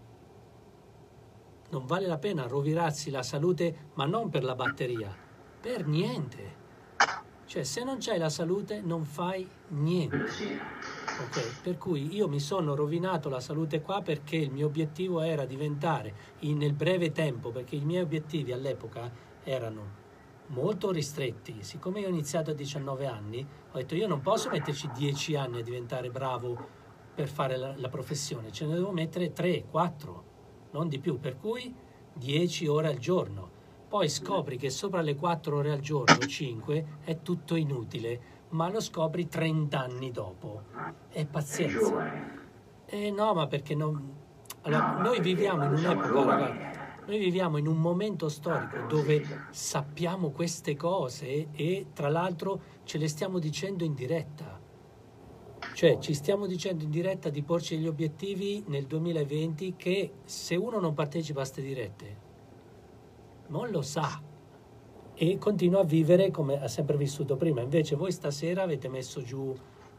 S1: Non vale la pena rovinarsi la salute, ma non per la batteria, per niente. Cioè, se non c'hai la salute non fai niente. Ok? Per cui io mi sono rovinato la salute qua perché il mio obiettivo era diventare nel breve tempo, perché i miei obiettivi all'epoca erano molto ristretti. Siccome io ho iniziato a 19 anni, ho detto io non posso metterci 10 anni a diventare bravo per fare la professione, ce ne devo mettere 3, 4, non di più, per cui 10 ore al giorno. Poi scopri che sopra le 4 ore al giorno, 5, è tutto inutile, ma lo scopri 30 anni dopo. È pazienza. No, ma perché non... Allora, noi viviamo in un'epoca, ragazzi, noi viviamo in un momento storico dove sappiamo queste cose e tra l'altro ce le stiamo dicendo in diretta. Cioè ci stiamo dicendo in diretta di porci degli obiettivi nel 2020 che se uno non partecipa a ste dirette non lo sa e continua a vivere come ha sempre vissuto prima. Invece voi stasera avete messo giù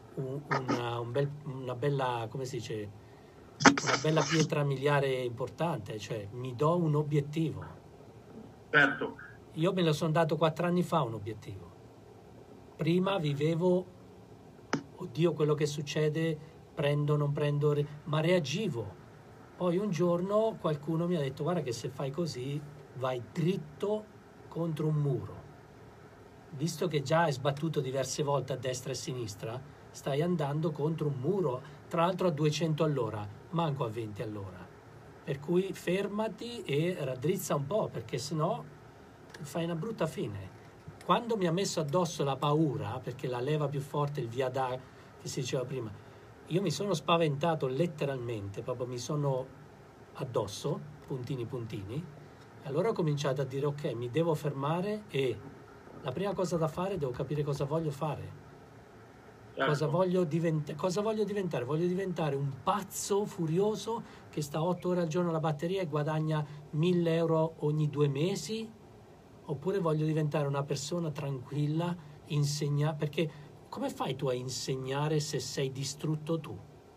S1: una bella, come si dice, una bella pietra miliare importante, cioè mi do un obiettivo.
S2: Certo.
S1: Io me lo sono dato 4 anni fa un obiettivo. Prima vivevo, oddio quello che succede, prendo, non prendo, ma reagivo. Poi un giorno qualcuno mi ha detto guarda che se fai così vai dritto contro un muro. Visto che già hai sbattuto diverse volte a destra e a sinistra, stai andando contro un muro, tra l'altro a 200 all'ora, manco a 20 all'ora. Per cui fermati e raddrizza un po', perché sennò fai una brutta fine. Quando mi ha messo addosso la paura, perché la leva più forte, il viada che si diceva prima, io mi sono spaventato letteralmente, proprio mi sono addosso, puntini puntini, e allora ho cominciato a dire ok, mi devo fermare e la prima cosa da fare, devo capire cosa voglio fare.
S2: Certo.
S1: Cosa voglio diventare? Voglio diventare un pazzo furioso che sta 8 ore al giorno alla batteria e guadagna 1.000 euro ogni 2 mesi? Oppure voglio diventare una persona tranquilla, perché come fai tu a insegnare se sei distrutto tu?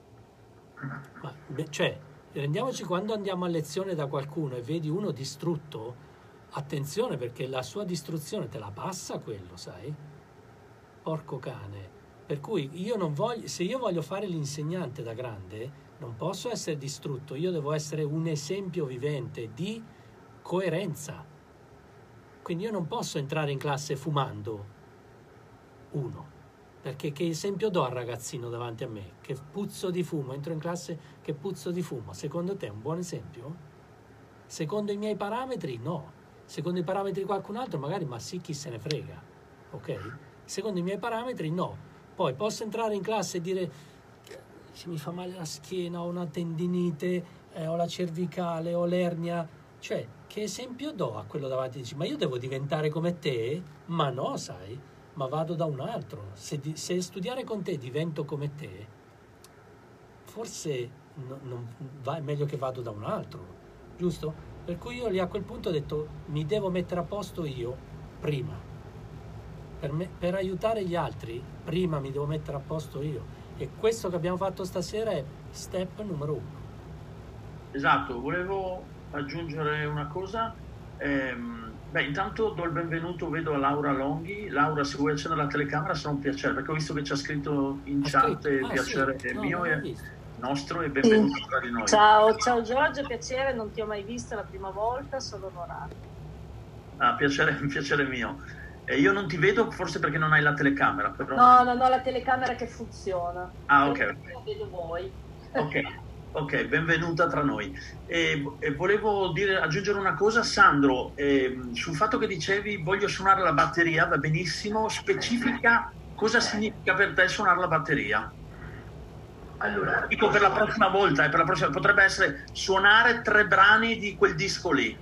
S1: Cioè, rendiamoci, quando andiamo a lezione da qualcuno e vedi uno distrutto, attenzione, perché la sua distruzione te la passa quello, sai? Porco cane. Per cui se io voglio fare l'insegnante da grande, non posso essere distrutto, io devo essere un esempio vivente di coerenza. Quindi io non posso entrare in classe fumando, perché che esempio do al ragazzino davanti a me? Che puzzo di fumo, entro in classe che puzzo di fumo. Secondo te è un buon esempio? Secondo i miei parametri no. Secondo i parametri di qualcun altro magari, ma sì, chi se ne frega, ok? Secondo i miei parametri no. Poi posso entrare in classe e dire se mi fa male la schiena, ho una tendinite, ho la cervicale, ho l'ernia, cioè che esempio do a quello davanti? Dici, ma io devo diventare come te? Ma no, sai, ma vado da un altro. Se studiare con te divento come te, forse è meglio che vado da un altro, giusto? Per cui io lì a quel punto ho detto mi devo mettere a posto io prima. Per aiutare gli altri, prima mi devo mettere a posto io. E questo che abbiamo fatto stasera è step numero 1.
S2: Esatto, volevo aggiungere una cosa. Intanto do il benvenuto, vedo a Laura Longhi. Laura, se vuoi accendere la telecamera sarà un piacere, perché ho visto che c'è scritto in chat piacere
S1: sì.
S2: mio e nostro, e benvenuto tra di noi.
S8: Ciao Giorgio, piacere, non ti ho mai visto, è la prima volta, sono onorata.
S2: Piacere mio. Io non ti vedo, forse perché non hai la telecamera. Però...
S8: No, non ho la telecamera che funziona.
S2: Ok.
S8: Vedo voi.
S2: Ok, benvenuta tra noi. E volevo aggiungere una cosa, Sandro, sul fatto che dicevi voglio suonare la batteria, va benissimo, specifica cosa significa per te suonare la batteria.
S5: Allora,
S2: dico per la prossima volta, potrebbe essere suonare 3 brani di quel disco lì.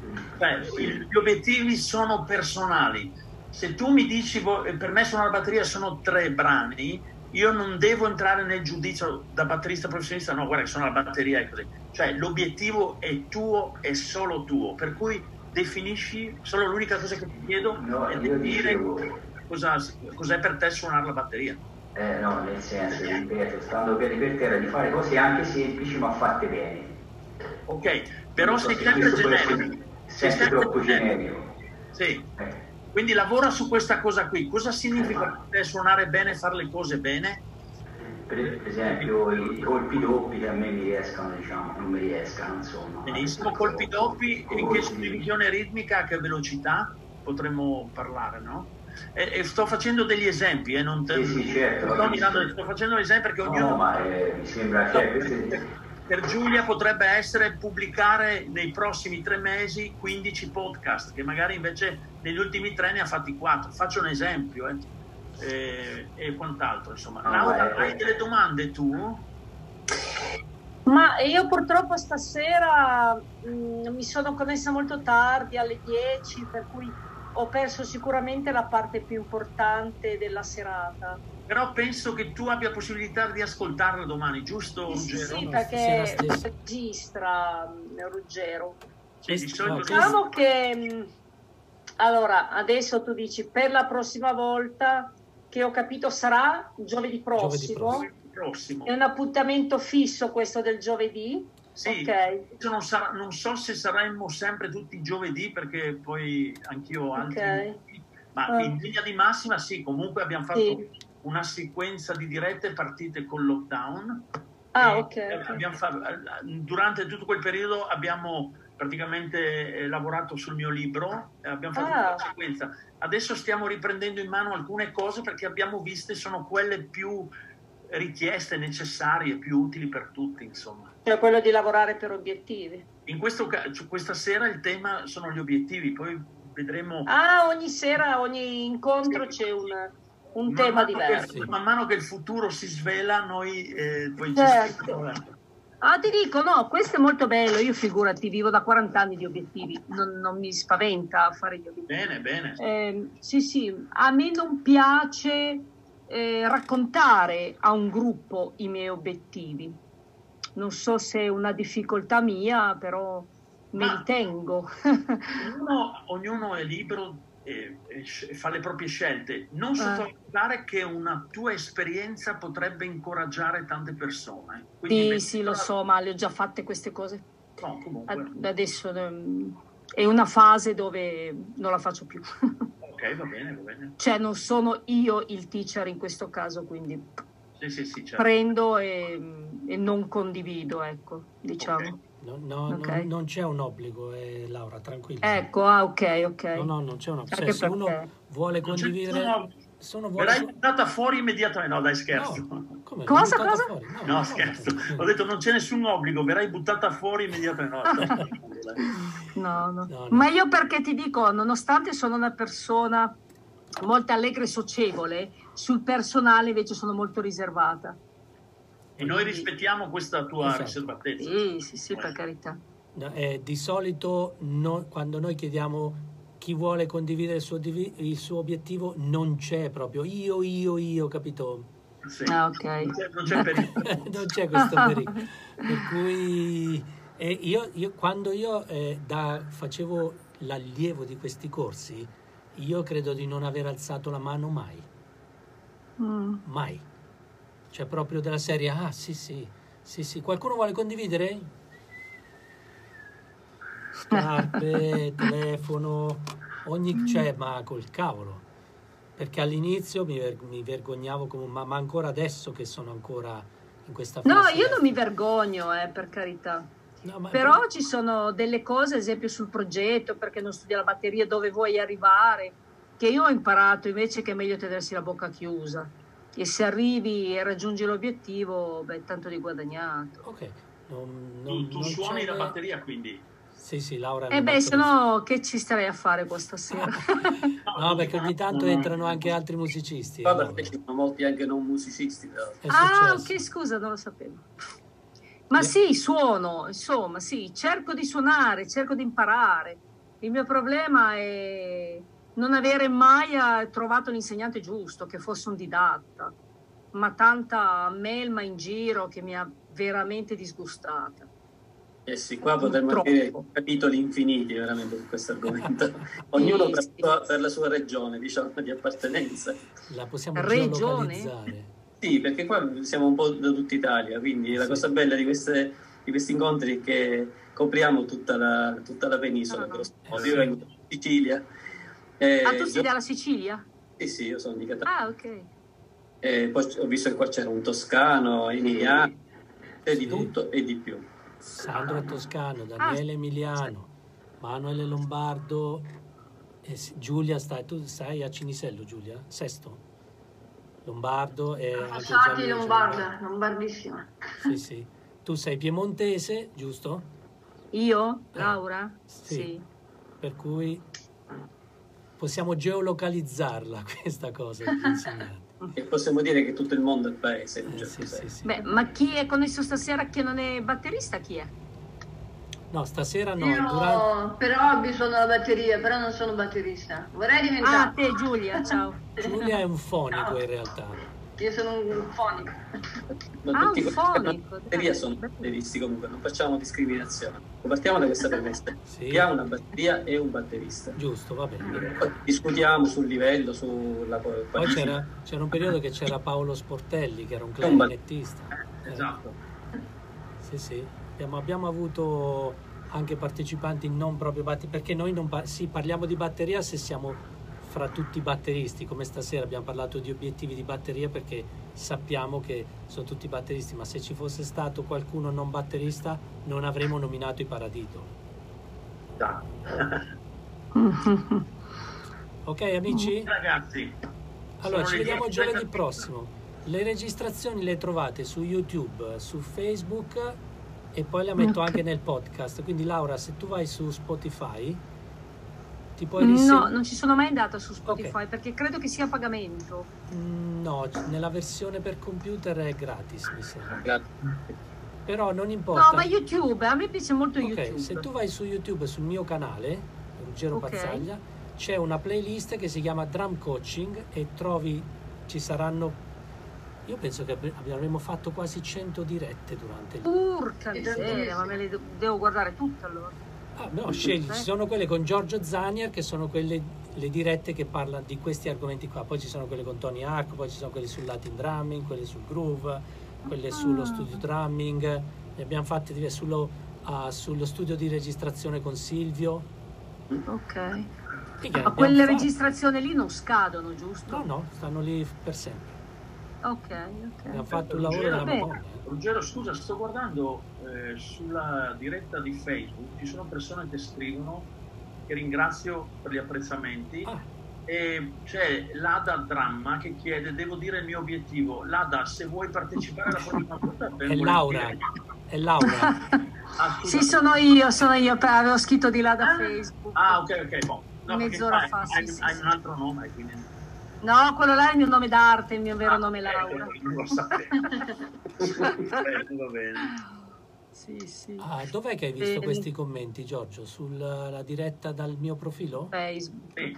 S2: Gli obiettivi sono personali. Se tu mi dici per me suonare la batteria sono 3 brani, io non devo entrare nel giudizio da batterista professionista, no, guarda che suona la batteria e così. Cioè l'obiettivo è tuo, è solo tuo, per cui definisci, solo l'unica cosa che ti chiedo è definire cos'è per te suonare la batteria.
S5: No, nel senso, ripeto, stando per terra, di fare cose anche semplici ma fatte bene.
S2: Ok, però sei sempre generico.
S5: Sempre troppo generico.
S2: Sì. Quindi lavora su questa cosa qui. Cosa significa per te suonare bene, fare le cose bene?
S5: Per esempio i colpi doppi che a me mi riescano, non mi riescano, insomma.
S2: Benissimo, colpi doppi, in che suddivisione ritmica, a che velocità potremmo parlare, no? E sto facendo degli esempi, non te...
S5: Sì, certo.
S2: Sto facendo degli esempi perché ognuno...
S5: No, ma mi sembra...
S2: Per Giulia potrebbe essere pubblicare nei prossimi 3 mesi 15 podcast, che magari invece negli ultimi 3 ne ha fatti 4. Faccio un esempio e quant'altro, insomma. Laura, hai delle domande tu?
S8: Ma io purtroppo stasera mi sono connessa molto tardi, alle 10, per cui ho perso sicuramente la parte più importante della serata.
S2: Però penso che tu abbia possibilità di ascoltarla domani, giusto Ruggero?
S8: Sì, perché registra Ruggero.
S2: Sì, di solito
S8: diciamo che allora adesso tu dici per la prossima volta, che ho capito sarà giovedì prossimo. È un appuntamento fisso questo del giovedì?
S2: Sì,
S8: okay.
S2: Non so se saremo sempre tutti i giovedì, perché poi anch'io ho altri, ma in linea di massima sì, comunque abbiamo fatto una sequenza di dirette partite col lockdown. Durante tutto quel periodo abbiamo praticamente lavorato sul mio libro, abbiamo fatto una sequenza. Adesso stiamo riprendendo in mano alcune cose perché abbiamo viste sono quelle più richieste, necessarie, più utili per tutti, insomma.
S8: Cioè quello di lavorare per obiettivi.
S2: In questo caso, questa sera il tema sono gli obiettivi, poi vedremo...
S8: ogni sera, ogni incontro c'è un tema diverso.
S2: Man mano che il futuro si svela, noi poi
S8: certo. Ti dico, no, questo è molto bello, io figurati, vivo da 40 anni di obiettivi, non mi spaventa fare gli obiettivi.
S2: Bene.
S8: Sì, a me non piace raccontare a un gruppo i miei obiettivi. Non so se è una difficoltà mia, però me li tengo.
S2: Ognuno è libero e fa le proprie scelte. Non sottovalutare che una tua esperienza potrebbe incoraggiare tante persone. Quindi
S8: sì, lo so, ma le ho già fatte queste cose.
S2: No, comunque.
S8: Adesso è una fase dove non la faccio più.
S2: Ok, va bene.
S8: Cioè non sono io il teacher in questo caso, quindi
S2: sì, certo. Prendo
S8: e non condivido, ecco, diciamo.
S1: Okay. Non c'è un obbligo, Laura, tranquilla.
S8: Ecco, ok.
S1: No, non c'è un obbligo. Se uno vuole condividere...
S2: Verrai buttata fuori immediatamente. No, dai, scherzo.
S1: No, come?
S8: Cosa?
S2: No, scherzo. Ho detto non c'è nessun obbligo, verrai buttata fuori immediatamente. No,
S8: No. Ma io perché ti dico, nonostante sono una persona molto allegra e socievole, sul personale invece sono molto riservata.
S2: E noi rispettiamo questa tua riservatezza.
S8: Sì, per carità.
S1: Di solito quando noi chiediamo chi vuole condividere il suo obiettivo, non c'è proprio io, capito?
S2: Sì.
S8: Ok.
S2: Non c'è pericolo.
S1: Non c'è questo pericolo. Per cui quando io facevo l'allievo di questi corsi, io credo di non aver alzato la mano mai. Mai. Cioè proprio della serie, sì. Qualcuno vuole condividere? Scarpe, telefono, ma col cavolo. Perché all'inizio mi vergognavo ma ancora adesso che sono ancora in questa fase.
S8: No, io non mi vergogno, per carità.
S1: No,
S8: però ci sono delle cose, ad esempio sul progetto, perché non studia la batteria, dove vuoi arrivare, che io ho imparato invece che è meglio tenersi la bocca chiusa. E se arrivi e raggiungi l'obiettivo, tanto di guadagnato.
S1: Ok.
S2: Tu suoni la batteria, quindi?
S1: Sì, Laura.
S8: Se no che ci starei a fare qua stasera?
S1: No, perché ogni tanto entrano anche altri musicisti.
S7: Qua partecipano molti anche non musicisti. Però.
S8: Ok, scusa, non lo sapevo. Ma sì, suono, insomma, sì, cerco di suonare, cerco di imparare. Il mio problema è non avere mai trovato l'insegnante giusto, che fosse un didatta, ma tanta melma in giro che mi ha veramente disgustata.
S7: Sì, qua potremmo avere capitoli infiniti veramente su questo argomento. Ognuno per la sua regione, diciamo, di appartenenza.
S1: La possiamo geolocalizzare.
S7: Sì, perché qua siamo un po' da tutta Italia, quindi la cosa bella di questi incontri è che copriamo tutta la penisola. Io vengo da Sicilia.
S8: Tu sei dalla Sicilia?
S7: Sì, io sono di Catania.
S8: Ok.
S7: Poi ho visto che qua c'era un toscano, emiliano, di tutto e di più.
S1: Sandro è toscano, Daniele emiliano, Manuele lombardo, Giulia tu stai a Cinisello, Giulia? Sesto? Lombardo e
S4: Passati lombardissima.
S1: Sì. Tu sei piemontese, giusto?
S8: Io? Laura?
S1: Sì. Per cui possiamo geolocalizzarla questa cosa di insegnante.
S7: E possiamo dire che tutto il mondo è il paese.
S1: Sì.
S8: Ma chi è connesso stasera che non è batterista? Chi è?
S1: No, stasera no.
S4: Io per hobby suono la batteria, però non sono batterista. Vorrei diventare.
S8: Te Giulia, ciao.
S1: Giulia è un fonico in realtà.
S4: Io sono un fonico.
S7: Tutti
S8: un fonico.
S7: La batteria sono batteristi comunque, non facciamo discriminazione. Partiamo da questa premessa. Chi ha una batteria è un batterista.
S1: Giusto, va bene.
S7: Poi discutiamo sul livello, sulla
S1: Poi c'era un periodo che c'era Paolo Sportelli, che era un clarinettista.
S2: Esatto.
S1: Sì. Abbiamo avuto anche partecipanti non proprio perché noi parliamo di batteria se siamo fra tutti i batteristi, come stasera abbiamo parlato di obiettivi di batteria perché sappiamo che sono tutti batteristi, ma se ci fosse stato qualcuno non batterista non avremmo nominato i Paradiso. Ok amici?
S2: Ragazzi,
S1: allora ci vediamo giovedì prossimo. Le registrazioni le trovate su YouTube, su Facebook e poi le metto anche nel podcast, quindi Laura, se tu vai su Spotify ti puoi
S8: No, non ci sono mai andata su Spotify perché credo che sia a pagamento.
S1: No, nella versione per computer è gratis, mi sembra.
S7: Grazie.
S1: Però non importa.
S8: No, ma YouTube, a me piace molto YouTube.
S1: Se tu vai su YouTube, sul mio canale, Ruggero Pazzaglia, c'è una playlist che si chiama Drum Coaching e ci saranno, io penso che avremmo fatto quasi 100 dirette durante il...
S8: Porca miseria, ma me le devo guardare tutte allora.
S1: No, scegli, ci sono quelle con Giorgio Zanier che sono le dirette che parlano di questi argomenti qua, poi ci sono quelle con Tony Arco, poi ci sono quelle sul Latin Drumming, quelle sul Groove, quelle sullo studio drumming, ne abbiamo fatte sullo studio di registrazione con Silvio.
S8: Ok. Ma quelle registrazioni lì non scadono, giusto?
S1: No, stanno lì per sempre.
S8: Ok.
S1: Abbiamo fatto un lavoro della Madonna.
S2: Ruggero, scusa, sto guardando sulla diretta di Facebook, ci sono persone che scrivono, che ringrazio per gli apprezzamenti, e c'è Lada Dramma che chiede, devo dire il mio obiettivo. Lada, se vuoi partecipare alla prossima volta,
S1: è Laura, È Laura.
S8: Sì, sono io, avevo scritto di là da Facebook.
S2: Ok, boh. No,
S8: mezz'ora fa,
S2: hai un altro nome, quindi...
S8: No, quello là è il mio nome d'arte, il mio vero nome è Laura.
S2: Non lo sapevo. Va bene.
S8: Sì.
S1: Dov'è che hai visto questi commenti, Giorgio? Sulla diretta dal mio profilo?
S8: Facebook.
S2: Sì.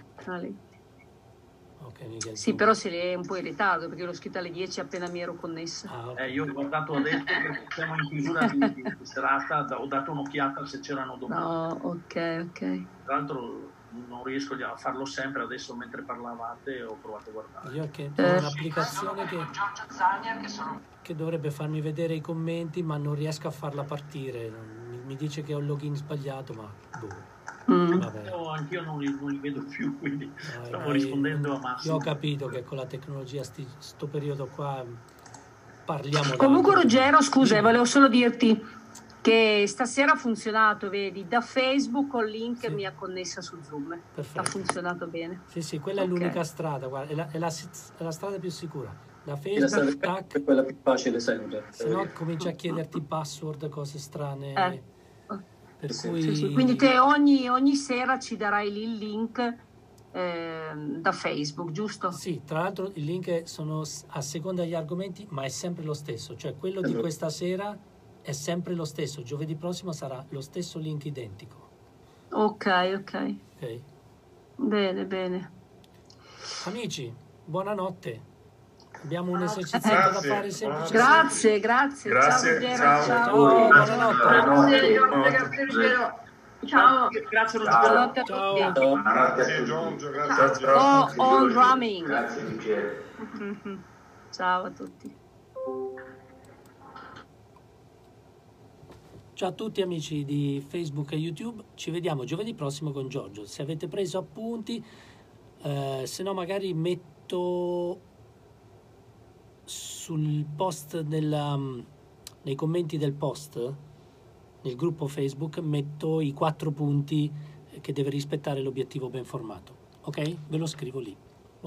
S1: Ok, Michele.
S8: Sì, però se è un po' in ritardo perché l'ho scritta alle 10 appena mi ero connessa.
S1: Okay.
S2: Io ho guardato adesso perché siamo in chiusura di serata, ho dato un'occhiata se c'erano domande.
S8: No, ok.
S2: Tra l'altro non riesco a farlo sempre, adesso mentre parlavate ho provato a guardare.
S1: Io che ho un'applicazione che dovrebbe farmi vedere i commenti, ma non riesco a farla partire. Mi dice che ho il login sbagliato, ma vabbè.
S2: Anch'io non li vedo più, quindi stavo rispondendo a Massimo.
S1: Io ho capito che con la tecnologia sto periodo qua parliamo.
S8: Comunque Ruggero, scusa, volevo solo dirti che stasera ha funzionato, vedi, da Facebook con il link mi ha connessa su Zoom.
S1: Perfetto.
S8: Ha funzionato bene.
S1: Sì, quella è l'unica strada, guarda, è la strada più sicura. Da Facebook,
S7: è quella più facile sempre.
S1: Se no comincia a chiederti password, cose strane. Per cui...
S8: Sì. Quindi te ogni sera ci darai lì il link da Facebook, giusto?
S1: Sì, tra l'altro il link sono a seconda degli argomenti, ma è sempre lo stesso. Cioè quello di questa sera è sempre lo stesso. Giovedì prossimo sarà lo stesso link identico.
S8: Ok. Bene.
S1: Amici, buonanotte. Abbiamo un esercizio da fare semplice.
S8: Grazie. Ciao.
S4: Buonanotte, Ruggero. Ciao.
S2: Grazie,
S8: Buonanotte a
S2: Ciao.
S8: tutti.
S3: Grazie Giorgio, grazie.
S8: On drumming.
S5: Grazie Michele.
S8: Ciao a tutti.
S1: Ciao a tutti amici di Facebook e YouTube, ci vediamo giovedì prossimo con Giorgio. Se avete preso appunti, se no magari metto sul post nei commenti del post nel gruppo Facebook, metto i 4 punti che deve rispettare l'obiettivo ben formato. Ok? Ve lo scrivo lì.